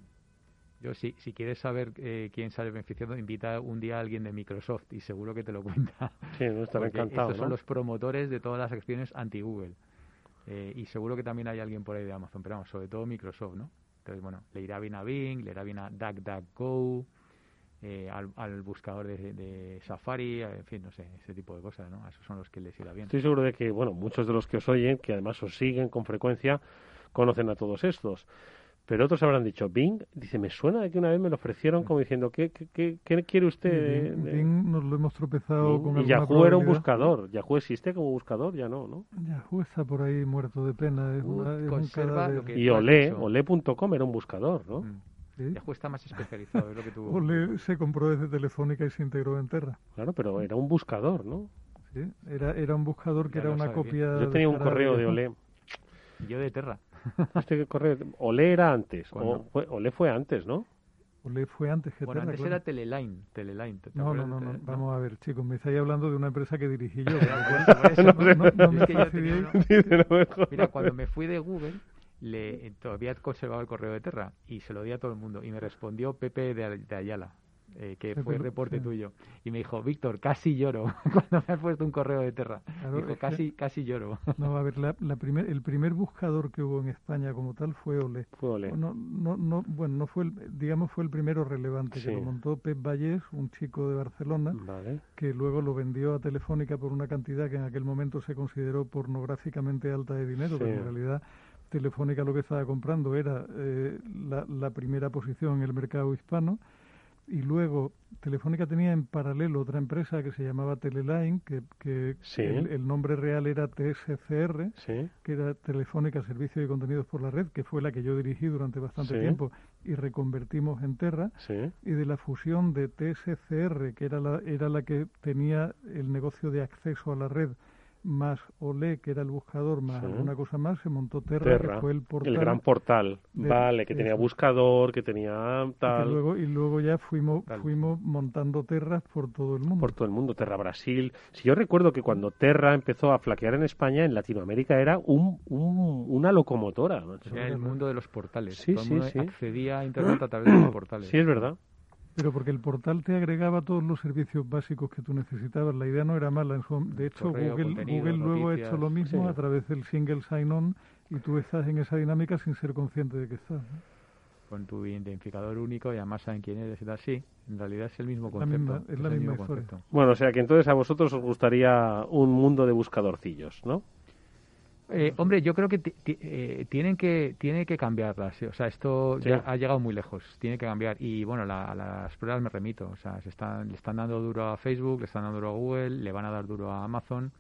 Yo, si, si quieres saber eh, quién sale beneficiado, invita un día a alguien de Microsoft y seguro que te lo cuenta. Sí, no estará Porque encantado, estos son ¿no? los promotores de todas las acciones anti-Google. Eh, y seguro que también hay alguien por ahí de Amazon, pero vamos, sobre todo Microsoft, ¿no? Entonces, bueno, le irá bien a Bing, le irá bien a DuckDuckGo, eh, al, al buscador de, de Safari, en fin, no sé, ese tipo de cosas, ¿no? Esos son los que les irá bien. Estoy seguro de que, bueno, muchos de los que os oyen, que además os siguen con frecuencia, conocen a todos estos. Pero otros habrán dicho, Bing, dice, me suena de que una vez me lo ofrecieron como diciendo, ¿qué, qué, qué, qué quiere usted? De, Bing, de... Bing nos lo hemos tropezado Bing. con Y alguna Yahoo era un probabilidad. buscador. Yahoo existe como buscador, ya no, ¿no? Yahoo está por ahí muerto de pena. Es, una, es un conserva cadáver. lo que Y tú has Olé, dicho. olé punto com era un buscador, ¿no? ¿Sí? Yahoo está más especializado, es lo que tú... Olé se compró desde Telefónica y se integró en Terra. Claro, pero era un buscador, ¿no? Sí, era, era un buscador que Ya era lo una sabía. copia... Yo tenía un descarada correo de Yahoo. Olé. Y yo de Terra. Este correo, Olé era antes, ¿Cuándo? o fue, Olé fue antes, ¿no? Olé fue antes que Bueno, Terra, antes claro. era Teleline. Teleline ¿te- te No, no, acuerdas no, de no, Tele- vamos a ver, chicos, me estáis hablando de una empresa que dirigí yo. Por eso, por eso. no, no, no me Es que yo tenía fastidiéis. uno- Mira, cuando me fui de Google, le eh, todavía conservaba el correo de Terra y se lo di a todo el mundo. Y me respondió Pepe de, de Ayala, eh, que Pepe fue Lu- reporte sí. tuyo. Y me dijo, Víctor, casi lloro cuando me has puesto un correo de Terra. Claro, Dijo, es que- casi, casi lloro. No, a ver, la, la primer, el primer buscador que hubo en España como tal fue Olé. Fue Olé. No, no, no, bueno, no fue, el, digamos, fue el primero relevante, Sí. que lo montó Pep Vallés, un chico de Barcelona, Vale. que luego lo vendió a Telefónica por una cantidad que en aquel momento se consideró pornográficamente alta de dinero, Sí. pero en realidad Telefónica lo que estaba comprando era eh, la, la primera posición en el mercado hispano. Y luego Telefónica tenía en paralelo otra empresa que se llamaba Teleline, que, que Sí. el, el nombre real era T S C R, Sí. que era Telefónica Servicios y Contenidos por la Red, que fue la que yo dirigí durante bastante Sí. tiempo y reconvertimos en Terra. Sí. Y de la fusión de T S C R, que era la, era la que tenía el negocio de acceso a la red, más Olé, que era el buscador, más Sí. alguna cosa más, se montó Terra, Terra, que fue el portal. el gran portal, de- vale, que tenía eso. buscador, que tenía Y, que tal, luego, y luego ya fuimos, Tal. fuimos montando Terras por todo el mundo. por todo el mundo, Terra Brasil. Si yo recuerdo que cuando Terra empezó a flaquear en España, en Latinoamérica era un, un- una locomotora. macho. Era el mundo de los portales. Sí, Todo el sí, mundo sí. accedía a Internet a través de los portales. Sí, es verdad. Pero porque el portal te agregaba todos los servicios básicos que tú necesitabas. La idea no era mala. En su- de hecho, Correo, Google, contenido, Google luego ha noticias. hecho lo mismo Sí. a través del single sign-on y tú estás en esa dinámica sin ser consciente de que estás, ¿no? Con tu identificador único y además saben quién eres y tal. Sí, en realidad es el mismo La concepto. misma- es la el misma mismo historia. concepto. Bueno, o sea que entonces a vosotros os gustaría un mundo de buscadorcillos, ¿no? Eh, hombre, yo creo que ti- ti- eh, tienen que tiene que cambiarlas. ¿sí? O sea, esto Sí. ya ha llegado muy lejos. Tiene que cambiar. Y bueno, la- a las pruebas me remito. O sea, se están, le están dando duro a Facebook, le están dando duro a Google, le van a dar duro a Amazon.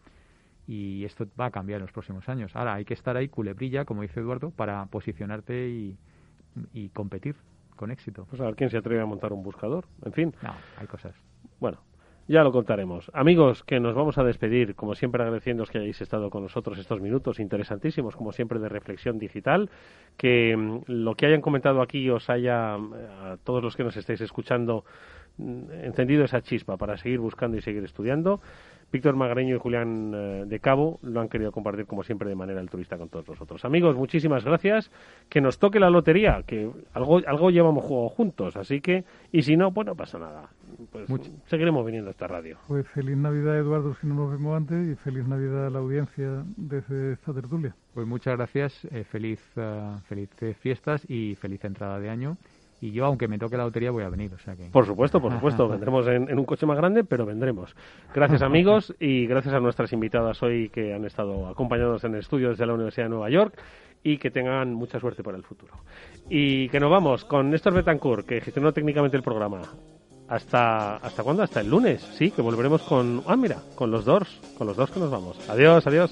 Y esto va a cambiar en los próximos años. Ahora hay que estar ahí culebrilla, como dice Eduardo, para posicionarte y, y competir con éxito. Pues a ver quién se atreve a montar un buscador. En fin. No, hay cosas. Bueno, ya lo contaremos. Amigos, que nos vamos a despedir, como siempre agradeciéndoos que hayáis estado con nosotros estos minutos interesantísimos, como siempre, de reflexión digital, que mm, lo que hayan comentado aquí os haya, mm, a todos los que nos estáis escuchando, mm, encendido esa chispa para seguir buscando y seguir estudiando. Víctor Magreño y Julián eh, de Cabo lo han querido compartir, como siempre, de manera altruista con todos nosotros. Amigos, muchísimas gracias. Que nos toque la lotería, que algo algo llevamos juego juntos, así que, y si no, pues no pasa nada. Pues Mucho. seguiremos viniendo a esta radio. Pues feliz Navidad, Eduardo, si no nos vemos antes, y feliz Navidad a la audiencia desde esta tertulia. Pues muchas gracias. eh, feliz, eh, felices fiestas y feliz entrada de año. Y yo, aunque me toque la lotería, voy a venir. O sea que... Por supuesto, por supuesto. Vendremos en, en un coche más grande, pero vendremos. Gracias, amigos, y gracias a nuestras invitadas hoy que han estado acompañándonos en el estudio desde la Universidad de Nueva York, y que tengan mucha suerte para el futuro. Y que nos vamos con Néstor Betancourt, que gestionó técnicamente el programa. ¿Hasta hasta cuándo? Hasta el lunes, sí, que volveremos con... Ah, mira, con los Doors, con los Doors que nos vamos. Adiós, adiós.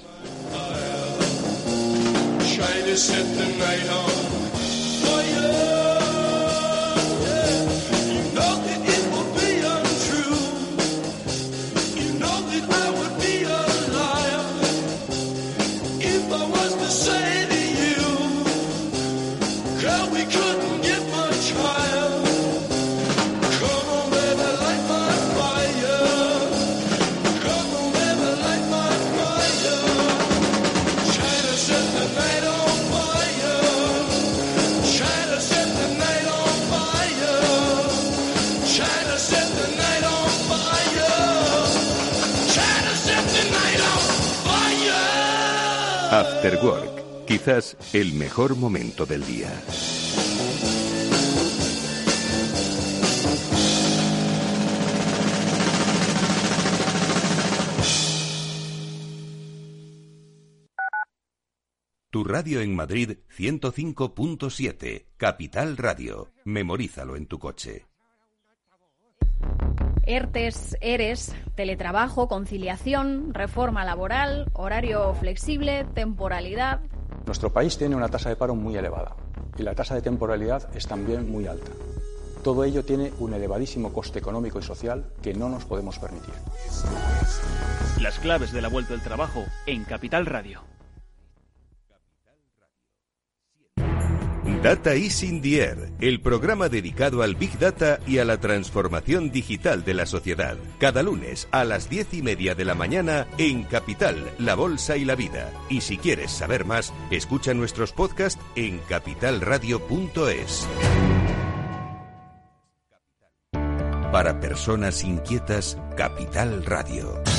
Trying to set the night on fire. You know that it will be untrue. You know that I would be a liar if I was to say to you, girl, we couldn't get much higher. Come on, baby, light my fire. Come on, baby, light my fire. Try to set the night on fire. Try to set the night on fire. Try to set the night on fire. Try to set the night on fire. After Work, quizás el mejor momento del día. Tu radio en Madrid ciento cinco punto siete. Capital Radio. Memorízalo en tu coche. ERTES, ERES, teletrabajo, conciliación, reforma laboral, horario flexible, temporalidad. Nuestro país tiene una tasa de paro muy elevada y la tasa de temporalidad es también muy alta. Todo ello tiene un elevadísimo coste económico y social que no nos podemos permitir. Las claves de la vuelta al trabajo en Capital Radio. Data is in the air, el programa dedicado al Big Data y a la transformación digital de la sociedad. Cada lunes a las diez y media de la mañana en Capital, La Bolsa y la Vida. Y si quieres saber más, escucha nuestros podcasts en capital radio punto es. Para personas inquietas, Capital Radio.